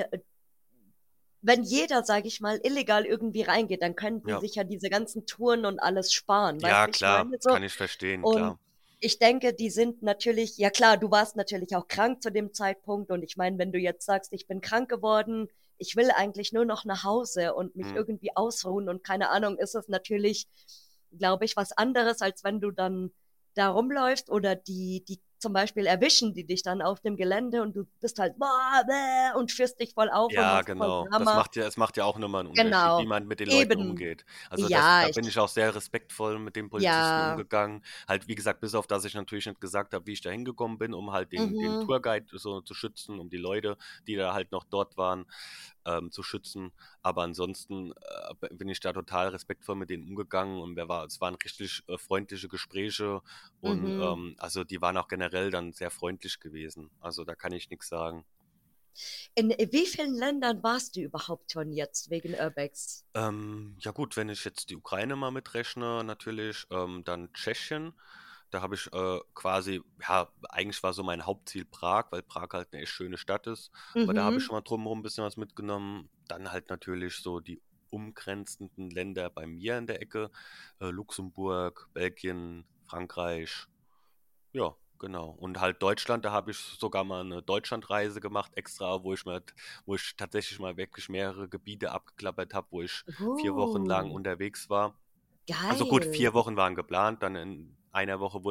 wenn jeder, sage ich mal, illegal irgendwie reingeht, dann können sie Ja, sich ja diese ganzen Touren und alles sparen, weißt ja, du, wie ich klar, meine? So. kann ich verstehen, Und klar. ich denke, die sind natürlich, ja klar, du warst natürlich auch krank zu dem Zeitpunkt und ich meine, wenn du jetzt sagst, ich bin krank geworden, ich will eigentlich nur noch nach Hause und mich Hm. irgendwie ausruhen und keine Ahnung, ist es natürlich, glaube ich, was anderes, als wenn du dann da rumläufst oder die zum Beispiel erwischen die dich dann auf dem Gelände und du bist halt boah, bäh, und führst dich voll auf und Ja, machst voll genau. Drama. Es macht ja auch nochmal einen Unterschied, wie Genau. man mit den Leuten Eben. umgeht. Also Ja, da bin ich auch sehr respektvoll mit den Polizisten ja. umgegangen. Halt, wie gesagt, bis auf, dass ich natürlich nicht gesagt habe, wie ich da hingekommen bin, um halt den Mhm. Tourguide so zu schützen, um die Leute, die da halt noch dort waren, zu schützen. Aber ansonsten bin ich da total respektvoll mit denen umgegangen und es waren richtig freundliche Gespräche und Mhm. also die waren auch generell dann sehr freundlich gewesen. Also da kann ich nichts sagen. In wie vielen Ländern warst du überhaupt schon jetzt wegen Urbex? Ja gut, wenn ich jetzt die Ukraine mal mitrechne, natürlich, dann Tschechien. Da habe ich quasi, ja, eigentlich war so mein Hauptziel Prag, weil Prag halt eine echt schöne Stadt ist. Aber da habe ich Mhm. schon mal drumherum ein bisschen was mitgenommen. Dann halt natürlich so die umgrenzenden Länder bei mir in der Ecke. Luxemburg, Belgien, Frankreich. Ja, genau. Und halt Deutschland, da habe ich sogar mal eine Deutschlandreise gemacht, extra, wo ich tatsächlich mal wirklich mehrere Gebiete abgeklappert habe, wo ich 4 Wochen lang Uh, unterwegs war. Also gut, geil. 4 Wochen waren geplant, dann in einer Woche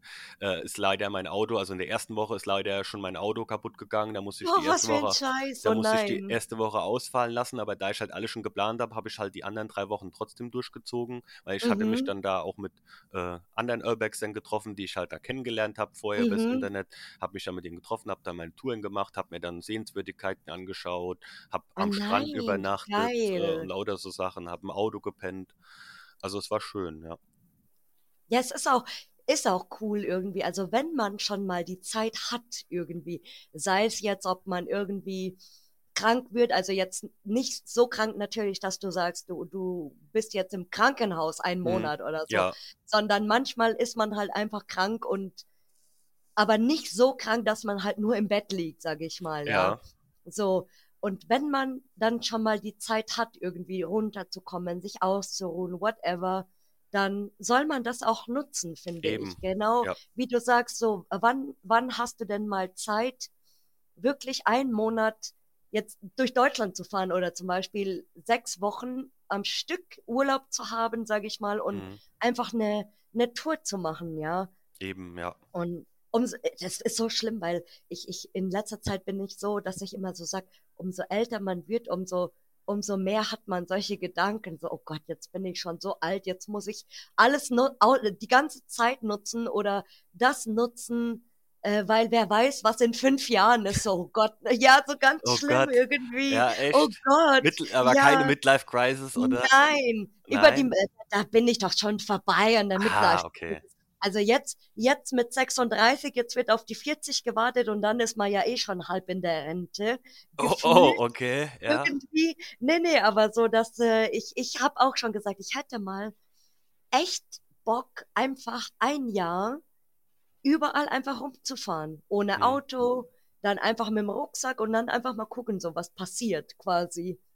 ist leider mein Auto, also in der ersten Woche ist leider schon mein Auto kaputt gegangen. Oh, was für ein Scheiß. Da Oh musste ich die nein. erste Woche ausfallen lassen, aber da ich halt alles schon geplant habe, habe ich halt die anderen 3 Wochen trotzdem durchgezogen, weil ich hatte mich Mhm. dann da auch mit anderen Urbex dann getroffen, die ich halt da kennengelernt habe vorher übers Mhm. Internet, habe mich dann mit denen getroffen, habe dann meine Touren gemacht, habe mir dann Sehenswürdigkeiten angeschaut, habe Oh am Strand nein, übernachtet und geil. lauter so Sachen, habe im Auto gepennt. Also es war schön, ja. Ja, ist auch cool irgendwie. Also wenn man schon mal die Zeit hat irgendwie, sei es jetzt, ob man irgendwie krank wird, also jetzt nicht so krank natürlich, dass du sagst, du bist jetzt im Krankenhaus einen Mhm. Monat oder so, Ja, sondern manchmal ist man halt einfach krank und aber nicht so krank, dass man halt nur im Bett liegt, sage ich mal, ja. ja, So. Und wenn man dann schon mal die Zeit hat, irgendwie runterzukommen, sich auszuruhen, whatever, dann soll man das auch nutzen, finde eben. ich. Genau Ja. wie du sagst, so, wann hast du denn mal Zeit, wirklich einen Monat jetzt durch Deutschland zu fahren oder zum Beispiel 6 Wochen am Stück Urlaub zu haben, sage ich mal, und Mhm. einfach eine Tour zu machen, ja. Eben, ja. Und das ist so schlimm, weil in letzter Zeit bin ich so, dass ich immer so sage, umso älter man wird, umso mehr hat man solche Gedanken, so, oh Gott, jetzt bin ich schon so alt, jetzt muss ich die ganze Zeit nutzen oder das nutzen, weil wer weiß, was in 5 Jahren ist, so, oh Gott, ja, so ganz Oh schlimm Gott. irgendwie, Ja, oh echt? Gott, Aber keine ja, Midlife-Crisis, oder? nein, Nein? da bin ich doch schon vorbei an der Ah, Midlife. okay. Also jetzt mit 36, jetzt wird auf die 40 gewartet und dann ist man ja eh schon halb in der Rente, Oh, oh, gefühlt okay, ja. irgendwie. Nee, aber so, dass ich habe auch schon gesagt, ich hätte mal echt Bock, einfach ein Jahr überall einfach rumzufahren, ohne Hm. Auto, dann einfach mit dem Rucksack und dann einfach mal gucken, so was passiert quasi.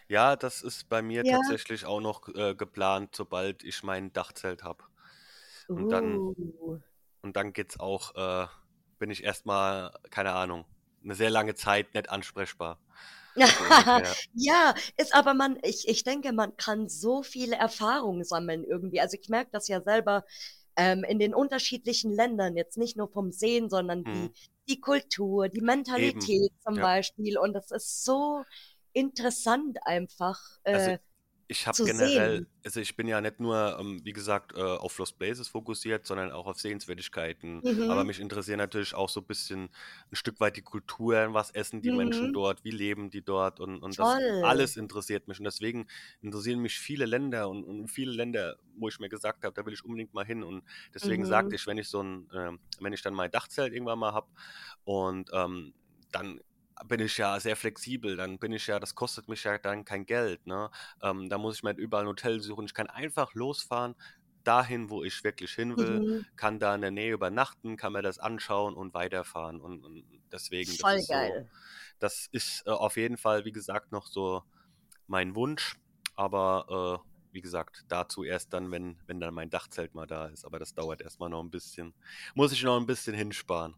Ja, das ist bei mir Ja. tatsächlich auch noch geplant, sobald ich mein Dachzelt habe. Und dann, Uh. und dann geht's auch, bin ich erstmal, keine Ahnung, eine sehr lange Zeit nicht ansprechbar. So ungefähr. Ja, ist aber ich denke, man kann so viele Erfahrungen sammeln irgendwie. Also ich merke das ja selber in den unterschiedlichen Ländern, jetzt nicht nur vom Sehen, sondern Mhm. die Kultur, die Eben. Mentalität zum Ja. Beispiel. Und das ist so interessant einfach Also ich habe zu generell, sehen. also ich bin ja nicht nur, wie gesagt, auf Lost Places fokussiert, sondern auch auf Sehenswürdigkeiten. Aber Mhm. mich interessieren natürlich auch so ein Stück weit die Kulturen, was essen die Menschen Mhm. dort, wie leben die dort und das Toll. alles interessiert mich. Und deswegen interessieren mich viele Länder und viele Länder, wo ich mir gesagt habe, da will ich unbedingt mal hin. Und deswegen sagte Mhm. ich, wenn ich dann mein Dachzelt irgendwann mal habe und dann bin ich ja sehr flexibel, dann bin ich ja, das kostet mich ja dann kein Geld, ne? Da muss ich mir nicht überall ein Hotel suchen. Ich kann einfach losfahren, dahin, wo ich wirklich hin will, Mhm. kann da in der Nähe übernachten, kann mir das anschauen und weiterfahren. Und deswegen, Voll geil. das ist auf jeden Fall, wie gesagt, noch so mein Wunsch. Aber wie gesagt, dazu erst dann, wenn dann mein Dachzelt mal da ist. Aber das dauert erstmal noch ein bisschen. Muss ich noch ein bisschen hinsparen.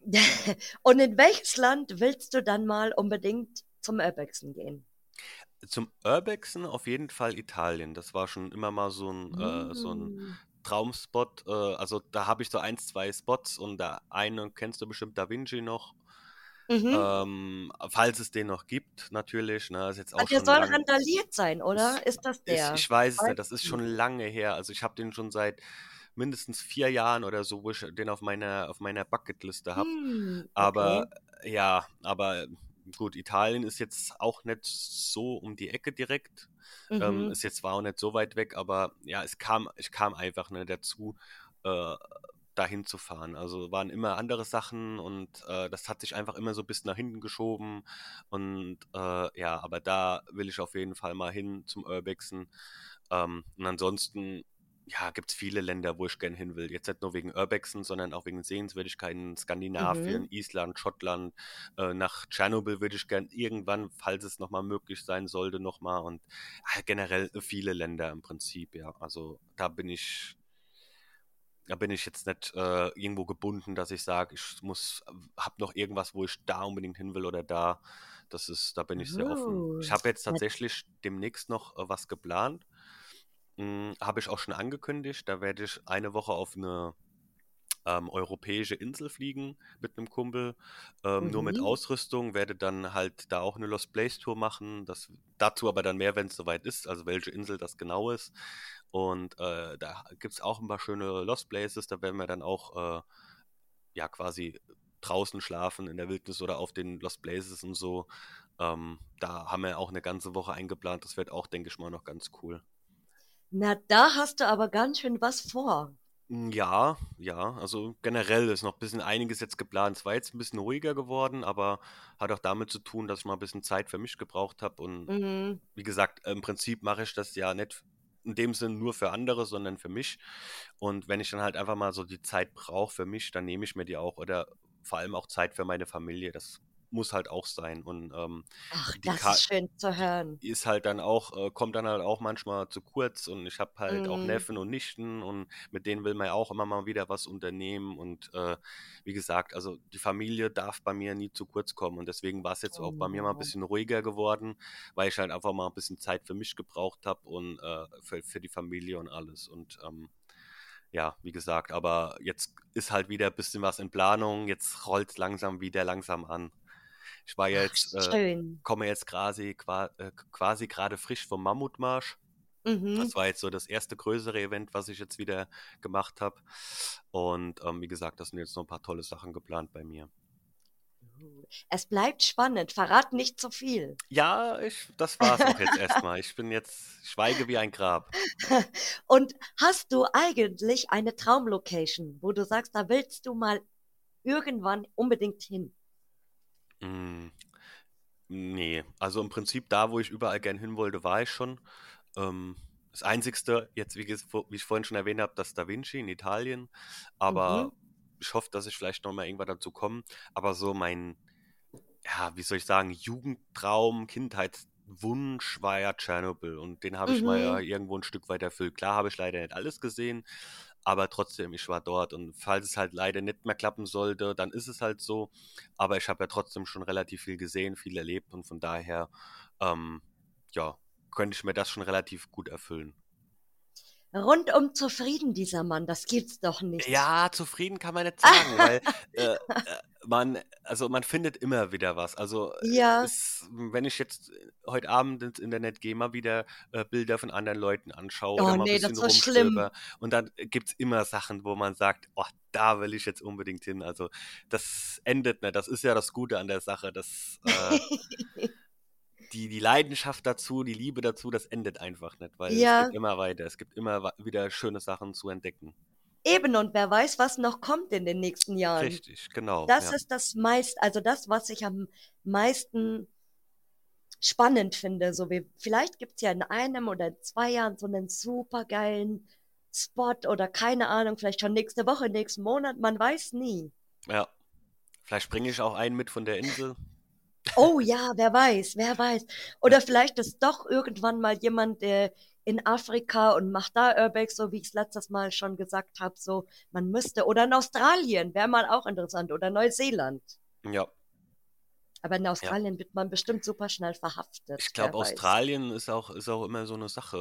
Und in welches Land willst du dann mal unbedingt zum Urbexen gehen? Zum Urbexen auf jeden Fall Italien. Das war schon immer mal so ein Mm. Traumspot. Also da habe ich so ein, zwei Spots und da einen kennst du bestimmt Da Vinci noch. Mhm. Falls es den noch gibt, natürlich. Ne, ist jetzt Ah, auch der schon soll lang. randaliert sein, Ist, oder? Ist das der? ich weiß es nicht, Weißt das ist schon du? lange her. Also ich habe den schon seit mindestens 4 Jahren oder so, wo ich den auf meiner Bucketliste habe. Hm, Aber okay. ja, aber gut, Italien ist jetzt auch nicht so um die Ecke direkt. Mhm. Ist jetzt zwar auch nicht so weit weg, aber ja, ich kam einfach nicht dazu, äh, dahin zu fahren. Also waren immer andere Sachen und das hat sich einfach immer so ein bisschen nach hinten geschoben. Und ja, aber da will ich auf jeden Fall mal hin zum Urbexen. Und ansonsten, ja, gibt es viele Länder, wo ich gern hin will. Jetzt nicht nur wegen Urbexen, sondern auch wegen Sehenswürdigkeiten. Mhm. Skandinavien, Island, Schottland. Nach Tschernobyl würde ich gern irgendwann, falls es nochmal möglich sein sollte, nochmal. Und generell viele Länder im Prinzip, ja. Also da bin ich jetzt nicht irgendwo gebunden, dass ich sage, habe noch irgendwas, wo ich da unbedingt hin will oder da. Da bin ich sehr offen. Ich habe jetzt Na, tatsächlich demnächst noch was geplant. Habe ich auch schon angekündigt. Da werde ich eine Woche auf eine europäische Insel fliegen mit einem Kumpel, nur mit mhm. Ausrüstung, werde dann halt da auch eine Lost Place Tour machen. Dazu aber dann mehr, wenn es soweit ist, also welche Insel das genau ist. Und da gibt es auch ein paar schöne Lost Places, da werden wir dann auch ja quasi draußen schlafen in der Wildnis oder auf den Lost Places und so. Da haben wir auch eine ganze Woche eingeplant. Das wird auch, denke ich mal, noch ganz cool. Na, da hast du aber ganz schön was vor. Ja, ja, also generell ist noch ein bisschen einiges jetzt geplant. Es war jetzt ein bisschen ruhiger geworden, aber hat auch damit zu tun, dass ich mal ein bisschen Zeit für mich gebraucht habe. Und Mhm. wie gesagt, im Prinzip mache ich das ja nicht in dem Sinn nur für andere, sondern für mich. Und wenn ich dann halt einfach mal so die Zeit brauche für mich, dann nehme ich mir die auch oder vor allem auch Zeit für meine Familie. Das muss halt auch sein. Und Ach, die, das Ka ist schön zu die hören. ist halt dann auch, kommt dann halt auch manchmal zu kurz und ich habe halt auch Mhm. Neffen und Nichten und mit denen will man ja auch immer mal wieder was unternehmen und wie gesagt, also die Familie darf bei mir nie zu kurz kommen und deswegen war es jetzt auch bei mir mal ein Oh. bisschen ruhiger geworden, weil ich halt einfach mal ein bisschen Zeit für mich gebraucht habe und für die Familie und alles und ja, wie gesagt, aber jetzt ist halt wieder ein bisschen was in Planung, jetzt rollt es langsam wieder langsam an. Ich war Ach, jetzt, schön. komme jetzt quasi gerade frisch vom Mammutmarsch. Mhm. Das war jetzt so das erste größere Event, was ich jetzt wieder gemacht habe. Und wie gesagt, das sind jetzt noch ein paar tolle Sachen geplant bei mir. Es bleibt spannend. Verrat nicht zu viel. Ja, das war's auch jetzt erstmal. Ich schweige wie ein Grab. Und hast du eigentlich eine Traumlocation, wo du sagst, da willst du mal irgendwann unbedingt hin? Mm, nee, also im Prinzip da, wo ich überall gern hin wollte, war ich schon. Ähm, das Einzigste, jetzt wie ich vorhin schon erwähnt habe, das Da Vinci in Italien. Mhm. Aber ich hoffe, dass ich vielleicht noch mal irgendwann dazu komme. Aber so ja, wie soll ich sagen, Jugendtraum, Wunsch war ja Tschernobyl und den habe ich mal ja Mhm. irgendwo ein Stück weit erfüllt. Klar habe ich leider nicht alles gesehen, aber trotzdem, ich war dort und falls es halt leider nicht mehr klappen sollte, dann ist es halt so. Aber ich habe ja trotzdem schon relativ viel gesehen, viel erlebt und von daher, ähm, ja, könnte ich mir das schon relativ gut erfüllen. Rundum zufrieden, dieser Mann, das gibt's doch nicht. Ja, zufrieden kann man nicht sagen, weil man findet immer wieder was. Also Ja, wenn ich jetzt heute Abend ins Internet gehe, mal wieder Bilder von anderen Leuten anschaue oder oh mal ein nee, das bisschen ist so schlimm. rumstöber und dann gibt es immer Sachen, wo man sagt, oh, da will ich jetzt unbedingt hin. Also das endet nicht. Das ist ja das Gute an der Sache. Die Leidenschaft dazu, die Liebe dazu, das endet einfach nicht, weil es geht Ja, immer weiter. Es gibt immer wieder schöne Sachen zu entdecken. eben, und wer weiß, was noch kommt in den nächsten Jahren. Richtig, genau, Das ja. ist also das, was ich am meisten spannend finde. So wie, vielleicht gibt es ja in einem oder in 2 Jahren so einen supergeilen Spot oder keine Ahnung, vielleicht schon nächste Woche, nächsten Monat, man weiß nie. Ja, vielleicht bringe ich auch einen mit von der Insel. Oh ja, wer weiß, wer weiß. Ja, Oder vielleicht ist doch irgendwann mal jemand in Afrika und macht da Urbex, so wie ich es letztes Mal schon gesagt habe, so man müsste. Oder in Australien, wäre mal auch interessant. Oder Neuseeland. ja, Aber in ja. Australien wird man bestimmt super schnell verhaftet, Ich glaube, wer weiß. Australien ist auch immer so eine Sache.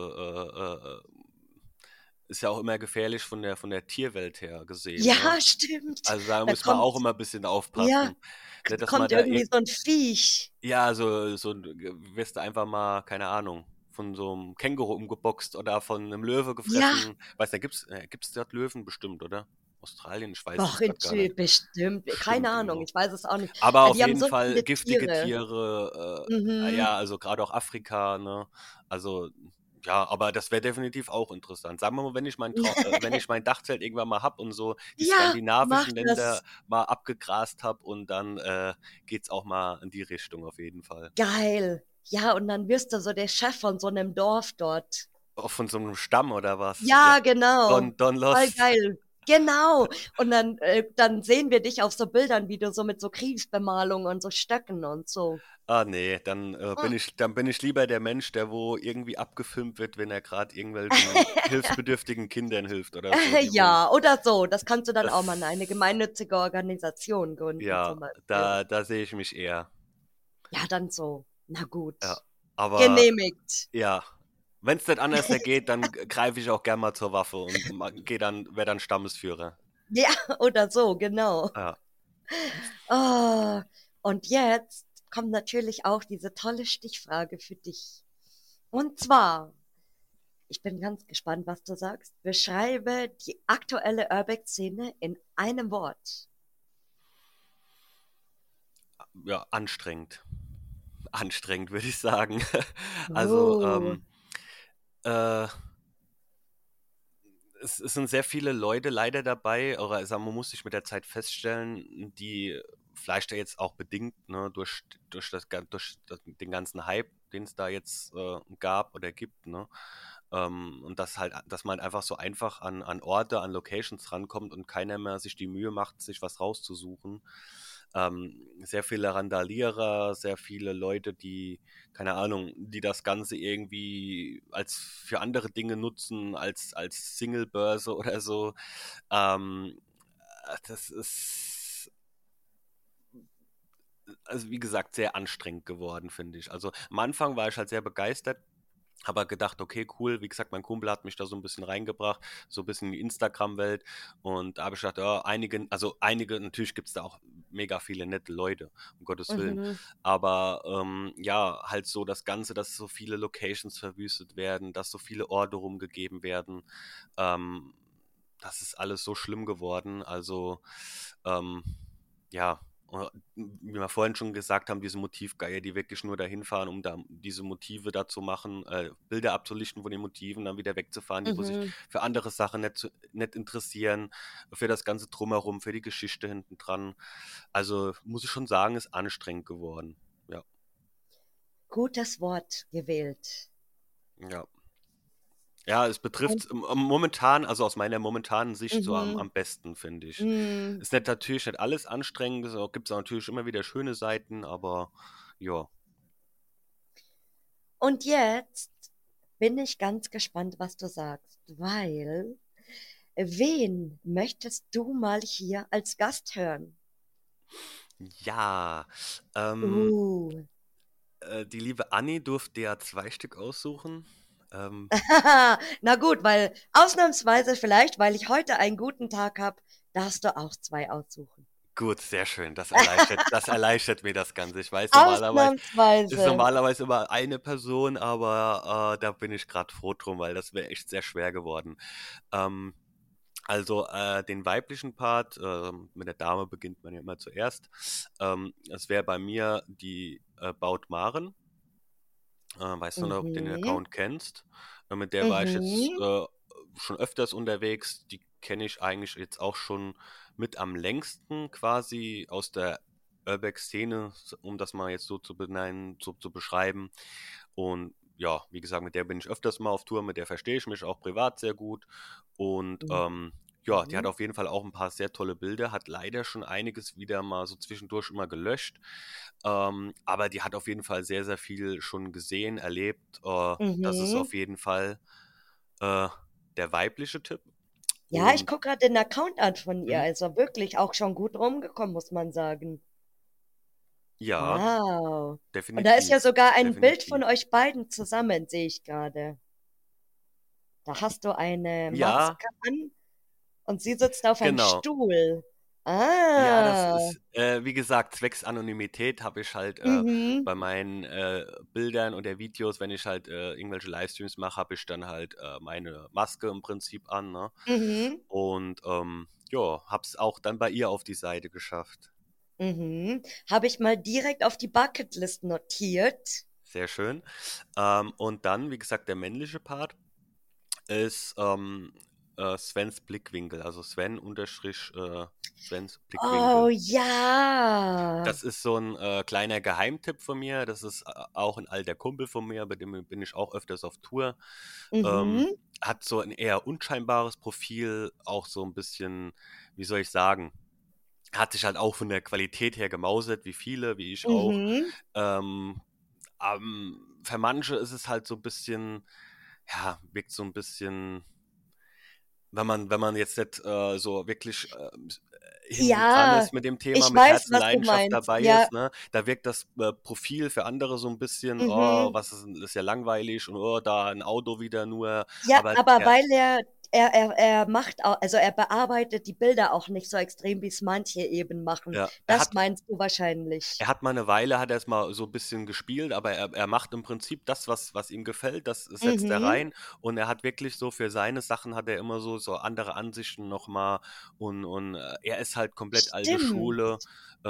Ist ja auch immer gefährlich von der Tierwelt her gesehen, ne? Ja, stimmt. Also da Da muss man kommt, auch immer ein bisschen ja, aufpassen. Nicht, dass man kommt da irgendwie so ein Viech. ja, wirst du einfach mal, keine Ahnung, von so einem Känguru umgeboxt oder von einem Löwe Ja, gefressen. Weiß nicht, gibt's dort Löwen bestimmt, oder? Australien, ich weiß es doch, jetzt gerade gar nicht. bestimmt. Keine Bestimmt Ahnung, irgendwo. ich weiß es auch nicht. Aber Ah, auf die haben jeden so Fall viele giftige Tiere. Tiere, Mhm. ja, also gerade auch Afrika, ne? Also, ja, aber das wäre definitiv auch interessant. Sagen wir mal, wenn ich mein Dachzelt irgendwann mal hab und so die Ja, mach skandinavischen Länder das. mal abgegrast hab und dann geht's auch mal in die Richtung auf jeden Fall. Geil. Ja, und dann wirst du so der Chef von so einem Dorf dort. Auch von so einem Stamm oder was? Ja, Ja, genau. Don Voll Lost. geil. Genau. Und dann sehen wir dich auf so Bildern, wie du so mit so Kriegsbemalung und so Stöcken und so. Ah nee, Mm. dann bin ich lieber der Mensch, der wo irgendwie abgefilmt wird, wenn er gerade irgendwelchen hilfsbedürftigen Kindern hilft oder so, die wo Ja, oder so. Das kannst du dann auch mal in eine das gemeinnützige Organisation gründen, ja, zum Beispiel. da sehe ich mich eher. Ja, dann so. Na Ja, gut. aber Genehmigt. ja, wenn es nicht anders geht, dann greife ich auch gern mal zur Waffe und wäre dann Stammesführer. Ja, oder so, genau. Ja, Oh, und jetzt kommt natürlich auch diese tolle Stichfrage für dich. Und zwar, ich bin ganz gespannt, was du sagst. Beschreibe die aktuelle Urbex-Szene in einem Wort. ja, anstrengend. Anstrengend, würde ich sagen. Also, Oh. äh, es sind sehr viele Leute leider dabei, oder sagen man muss sich mit der Zeit feststellen, die vielleicht ja jetzt auch bedingt, ne, den ganzen Hype, den es da jetzt gab oder gibt, ne, und dass man einfach so einfach an Orte, an Locations rankommt und keiner mehr sich die Mühe macht, sich was rauszusuchen. Sehr viele Randalierer, sehr viele Leute, die keine Ahnung, die das Ganze irgendwie als für andere Dinge nutzen, als Single-Börse oder so. Ähm, Das ist, also wie gesagt, sehr anstrengend geworden, finde ich. Also am Anfang war ich halt sehr begeistert, aber gedacht, okay, cool. Wie gesagt, mein Kumpel hat mich da so ein bisschen reingebracht, so ein bisschen in die Instagram-Welt. Und da habe ich gedacht, ja, natürlich gibt es da auch mega viele nette Leute, um Gottes Willen. Mhm. Aber ja, halt so das Ganze, dass so viele Locations verwüstet werden, dass so viele Orte rumgegeben werden. Ähm, Das ist alles so schlimm geworden. Also, ähm, ja, wie wir vorhin schon gesagt haben, diese Motivgeier, die wirklich nur dahin fahren, um da diese Motive da zu machen, Bilder abzulichten von den Motiven, dann wieder wegzufahren, die wo sich Mhm. für andere Sachen nicht interessieren, für das ganze Drumherum, für die Geschichte hinten dran. Also muss ich schon sagen, ist anstrengend geworden. Ja, Gutes Wort gewählt. ja. Ja, es Und, betrifft momentan, also aus meiner momentanen Sicht so mhm. am besten, finde ich. Mhm. Ist nicht, natürlich nicht alles anstrengend, es gibt natürlich immer wieder schöne Seiten, aber ja. Und jetzt bin ich ganz gespannt, was du sagst, weil wen möchtest du mal hier als Gast hören? Ja, ähm, Uh. die liebe Anni durfte ja 2 Stück aussuchen. Ähm, Na gut, weil ausnahmsweise vielleicht, weil ich heute einen guten Tag habe, darfst du auch zwei aussuchen. gut, sehr schön. Das erleichtert mir das Ganze. Ich weiß, normalerweise ist Ausnahmsweise. normalerweise immer eine Person, aber da bin ich gerade froh drum, weil das wäre echt sehr schwer geworden. Ähm, also den weiblichen Part, mit der Dame beginnt man ja immer zuerst. Das wäre bei mir die Baut Maren. Weißt du noch, ob du den Mhm. Account kennst? Mit der war ich jetzt Mhm. schon öfters unterwegs. Die kenne ich eigentlich jetzt auch schon mit am längsten quasi aus der Urbex-Szene, um das mal jetzt so zu benennen, so zu beschreiben. Und ja, wie gesagt, mit der bin ich öfters mal auf Tour, mit der verstehe ich mich auch privat sehr gut. Und ja, die hat Mhm. auf jeden Fall auch ein paar sehr tolle Bilder, hat leider schon einiges wieder mal so zwischendurch immer gelöscht. Aber die hat auf jeden Fall sehr, sehr viel schon gesehen, erlebt. Das ist Mhm. auf jeden Fall äh, der weibliche Tipp. Ja, ich Und gucke gerade den Account an von ihr. hm, Also wirklich auch schon gut rumgekommen, muss man sagen. ja, Wow. Und da ist ja definitiv, sogar ein Bild von definitiv. euch beiden zusammen, sehe ich gerade. Da hast du eine Ja, Maske an und sie sitzt auf einem genau. Stuhl. Ja, das Ah. ist, wie gesagt, zwecks Anonymität habe ich halt Mhm. bei meinen Bildern und der Videos, wenn ich halt irgendwelche Livestreams mache, habe ich dann halt meine Maske im Prinzip an, ne? Mhm. Und ja, hab's auch dann bei ihr auf die Seite geschafft. Mhm. Habe ich mal direkt auf die Bucketlist notiert. Sehr schön. Und dann, wie gesagt, der männliche Part ist Svens Blickwinkel, also Sven unterstrich Svens Oh Blickwinkel. ja. Das ist so ein kleiner Geheimtipp von mir. Das ist auch ein alter Kumpel von mir, bei dem bin ich auch öfters auf Tour. Ähm, Mhm. hat so ein eher unscheinbares Profil, auch so ein bisschen, wie soll ich sagen, hat sich halt auch von der Qualität her gemausert, wie viele, wie ich auch. Mhm. Ähm, für manche ist es halt so ein bisschen, ja, wirkt so ein bisschen, wenn man jetzt nicht so wirklich hinten dran Ja, ist mit dem Thema, ich mit weiß, Herz und was du Leidenschaft meinst. dabei Ja. ist, ne, da wirkt das Profil für andere so ein bisschen, oh, Mhm. was ist ja langweilig und oh, da ein Auto wieder nur, Ja, aber aber der, weil er macht auch, also er bearbeitet die Bilder auch nicht so extrem, wie es manche eben machen. ja, er Das hat meinst du wahrscheinlich. Er hat mal eine Weile hat er es mal so ein bisschen gespielt, aber er macht im Prinzip das, was ihm gefällt, das setzt er Mhm. rein und er hat wirklich so für seine Sachen hat er immer so andere Ansichten noch mal und er ist halt komplett alte Stimmt. Schule,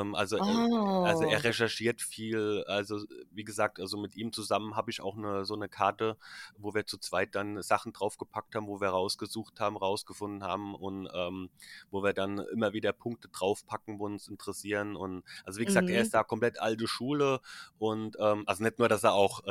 also er Oh. recherchiert viel. Also, wie gesagt, also mit ihm zusammen habe ich auch so eine Karte, wo wir zu zweit dann Sachen draufgepackt haben, wo wir rausgesucht haben, rausgefunden haben und wo wir dann immer wieder Punkte draufpacken, wo uns interessieren. Und also wie gesagt, er Mhm. ist da komplett alte Schule und also nicht nur, dass er auch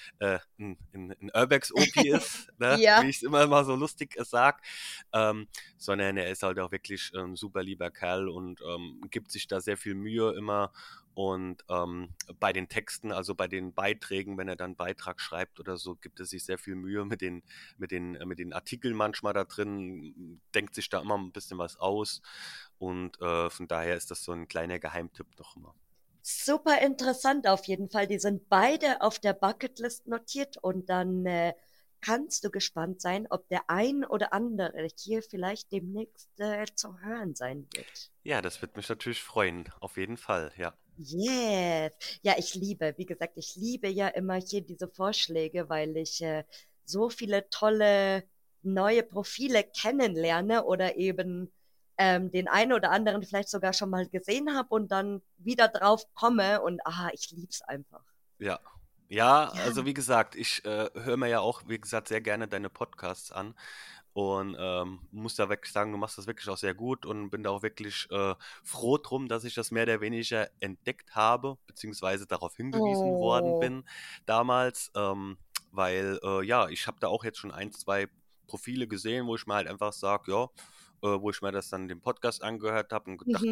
ein Urbex-OP ist, ne, wie Ja. ich es immer mal so lustig sag, ähm, sondern er ist halt auch wirklich ein super lieber Kerl und gibt sich da sehr viel Mühe immer. Und bei den Texten, also bei den Beiträgen, wenn er dann einen Beitrag schreibt oder so, gibt er sich sehr viel Mühe mit den Artikeln manchmal da drin, denkt sich da immer ein bisschen was aus. Und von daher ist das so ein kleiner Geheimtipp noch immer. Super interessant auf jeden Fall. Die sind beide auf der Bucketlist notiert und dann kannst du gespannt sein, ob der ein oder andere hier vielleicht demnächst zu hören sein wird. Ja, das wird mich natürlich freuen, auf jeden Fall, ja. Yes. Ja, ich liebe, wie gesagt, ich liebe ja immer hier diese Vorschläge, weil ich so viele tolle neue Profile kennenlerne oder eben den einen oder anderen vielleicht sogar schon mal gesehen habe und dann wieder drauf komme und ich lieb's einfach. Ja. Ja, Ja. also wie gesagt, ich höre mir ja auch, wie gesagt, sehr gerne deine Podcasts an und muss da wirklich sagen, du machst das wirklich auch sehr gut und bin da auch wirklich froh drum, dass ich das mehr oder weniger entdeckt habe, beziehungsweise darauf hingewiesen worden Oh. bin damals, weil ja, ich habe da auch jetzt schon ein, zwei Profile gesehen, wo ich mir halt einfach sage, ja, wo ich mir das dann den Podcast angehört habe und gedacht, ja, Mhm.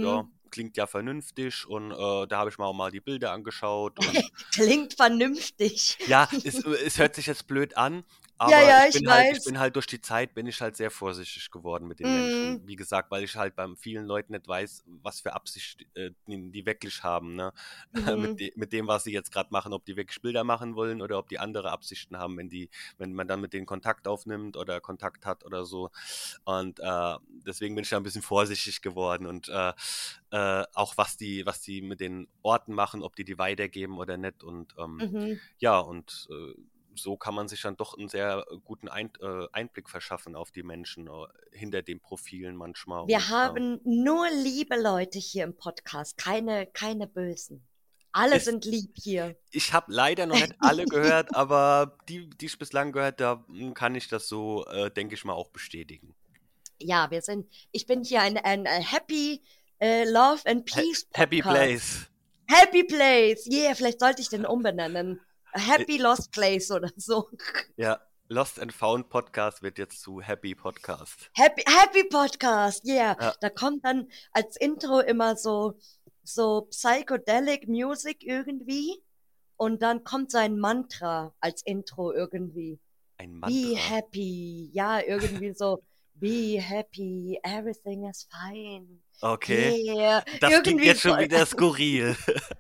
klingt ja vernünftig und da habe ich mir auch mal die Bilder angeschaut und Klingt vernünftig. ja, es hört sich jetzt blöd an, Ja, aber ja, ich ich bin halt ich weiß. bin halt durch die Zeit bin ich halt sehr vorsichtig geworden mit den Menschen. Mhm. Wie gesagt, weil ich halt bei vielen Leuten nicht weiß, was für Absicht, die wirklich haben, ne? Mhm. Mit dem, was sie jetzt gerade machen, ob die wirklich Bilder machen wollen oder ob die andere Absichten haben, wenn man dann mit denen Kontakt aufnimmt oder Kontakt hat oder so. Und deswegen bin ich da ein bisschen vorsichtig geworden und auch was die mit den Orten machen, ob die weitergeben oder nicht. Und Mhm. ja, und so kann man sich dann doch einen sehr guten Einblick verschaffen auf die Menschen hinter den Profilen manchmal. Wir Und haben nur liebe Leute hier im Podcast, keine Bösen. Alle ist, sind lieb hier. ich habe leider noch nicht alle gehört, aber die ich bislang gehört habe, kann ich das so, denke ich mal, auch bestätigen. Ja, ich bin hier ein Happy Love and Peace Happy Podcast. Place. Happy Place. Yeah, vielleicht sollte ich den umbenennen. A Äh, Happy Lost Place oder so. Ja, Lost and Found Podcast wird jetzt zu Happy Podcast. Happy Podcast. Yeah. Ja, Da kommt dann als Intro immer so Psychedelic Music irgendwie. Und dann kommt so ein Mantra als Intro irgendwie. ein Be Mantra. happy. Ja, irgendwie so. Be happy. Everything is fine. Okay. Yeah. Das klingt Irgendwie jetzt so. schon wieder skurril.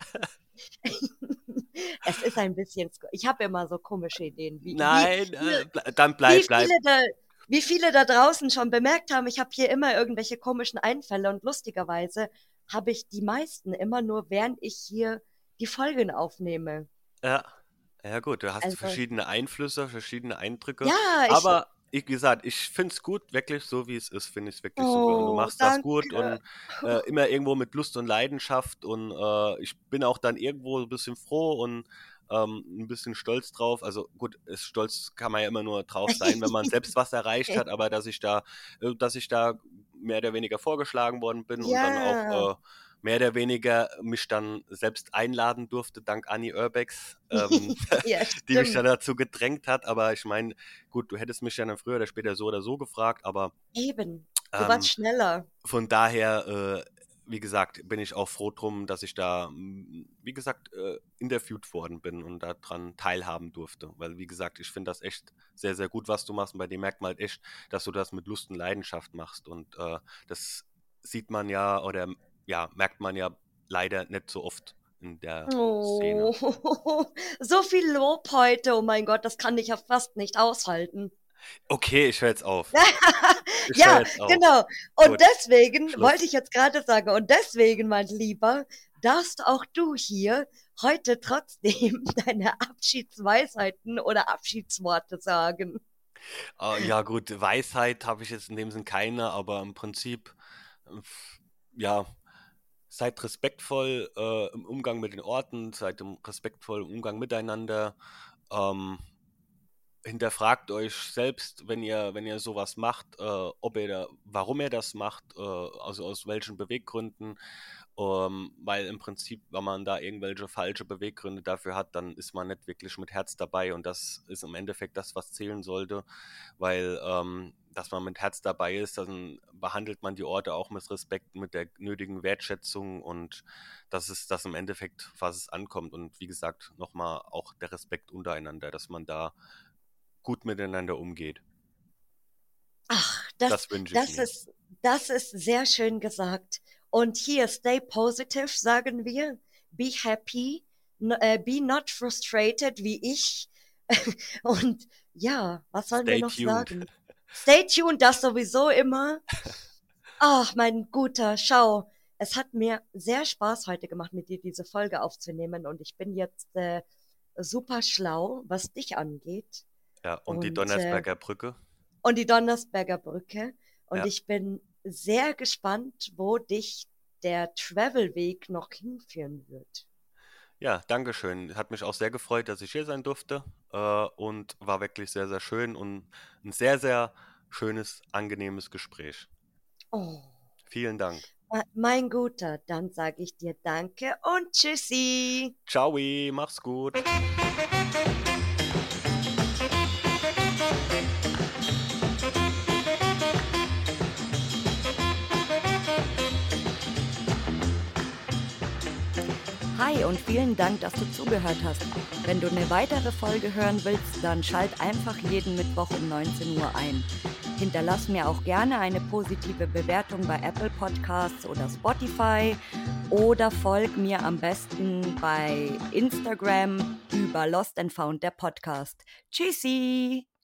Es ist ein bisschen. Ich habe immer so komische Ideen. Nein, dann Wie bleib. wie viele da draußen schon bemerkt haben, ich habe hier immer irgendwelche komischen Einfälle und lustigerweise habe ich die meisten immer nur, während ich hier die Folgen aufnehme. Ja, ja gut, du hast Also, verschiedene Einflüsse, verschiedene Eindrücke, ja, aber wie gesagt, ich finde es gut, wirklich so wie es ist, finde ich es wirklich super und du oh, machst das gut danke. und immer irgendwo mit Lust und Leidenschaft und ich bin auch dann irgendwo ein bisschen froh und ein bisschen stolz drauf. Also gut, stolz kann man ja immer nur drauf sein, wenn man selbst was erreicht hat, aber dass ich da mehr oder weniger vorgeschlagen worden bin und dann Ja, auch mehr oder weniger mich dann selbst einladen durfte, dank Annie Urbex, ja, die mich dann stimmt. dazu gedrängt hat. Aber ich meine, gut, du hättest mich ja dann früher oder später so oder so gefragt, aber Eben. Du warst ähm, schneller. von daher, wie gesagt, bin ich auch froh drum, dass ich da, wie gesagt, interviewt worden bin und daran teilhaben durfte. Weil, wie gesagt, ich finde das echt sehr, sehr gut, was du machst. Und bei dir merkt man halt echt, dass du das mit Lust und Leidenschaft machst. Und das sieht man ja oder ja, merkt man ja leider nicht so oft in der Szene. Oh, so viel Lob heute. Oh mein Gott, das kann ich ja fast nicht aushalten. Okay, ich höre jetzt auf. Ich höre Ja, jetzt auf. genau. Und Gut, deswegen wollte Schluss. ich jetzt gerade sagen, und deswegen, mein Lieber, darfst auch du hier heute trotzdem deine Abschiedsweisheiten oder Abschiedsworte sagen. Ja, gut, Weisheit habe ich jetzt in dem Sinn keine, aber im Prinzip, ja, seid respektvoll im Umgang mit den Orten, seid respektvoll im Umgang miteinander. Ähm, Hinterfragt euch selbst, wenn ihr sowas macht, warum ihr das macht, also aus welchen Beweggründen. Weil im Prinzip, wenn man da irgendwelche falsche Beweggründe dafür hat, dann ist man nicht wirklich mit Herz dabei und das ist im Endeffekt das, was zählen sollte, weil dass man mit Herz dabei ist, dann behandelt man die Orte auch mit Respekt, mit der nötigen Wertschätzung und das ist das im Endeffekt, was es ankommt und wie gesagt, nochmal auch der Respekt untereinander, dass man da gut miteinander umgeht. Ach, Das wünsche ich das mir. ist, das ist sehr schön gesagt. Und hier, stay positive, sagen wir. Be happy, be not frustrated, wie ich. Und ja, was sollen wir Stay noch tuned. sagen? Stay tuned, das sowieso immer. Ach, mein Guter, schau. Es hat mir sehr Spaß heute gemacht, mit dir diese Folge aufzunehmen. Und ich bin jetzt super schlau, was dich angeht. Ja, und die Und Donnersberger Brücke. und die Donnersberger Brücke. Und Ja, ich bin sehr gespannt, wo dich der Travelweg noch hinführen wird. ja, danke schön. Hat mich auch sehr gefreut, dass ich hier sein durfte und war wirklich sehr, sehr schön und ein sehr, sehr schönes, angenehmes Gespräch. Oh, Vielen Dank. mein Guter, dann sage ich dir Danke und Tschüssi. Ciao, mach's gut. Hi und vielen Dank, dass du zugehört hast. Wenn du eine weitere Folge hören willst, dann schalt einfach jeden Mittwoch um 19 Uhr ein. Hinterlass mir auch gerne eine positive Bewertung bei Apple Podcasts oder Spotify oder folg mir am besten bei Instagram über Lost and Found, der Podcast. Tschüssi!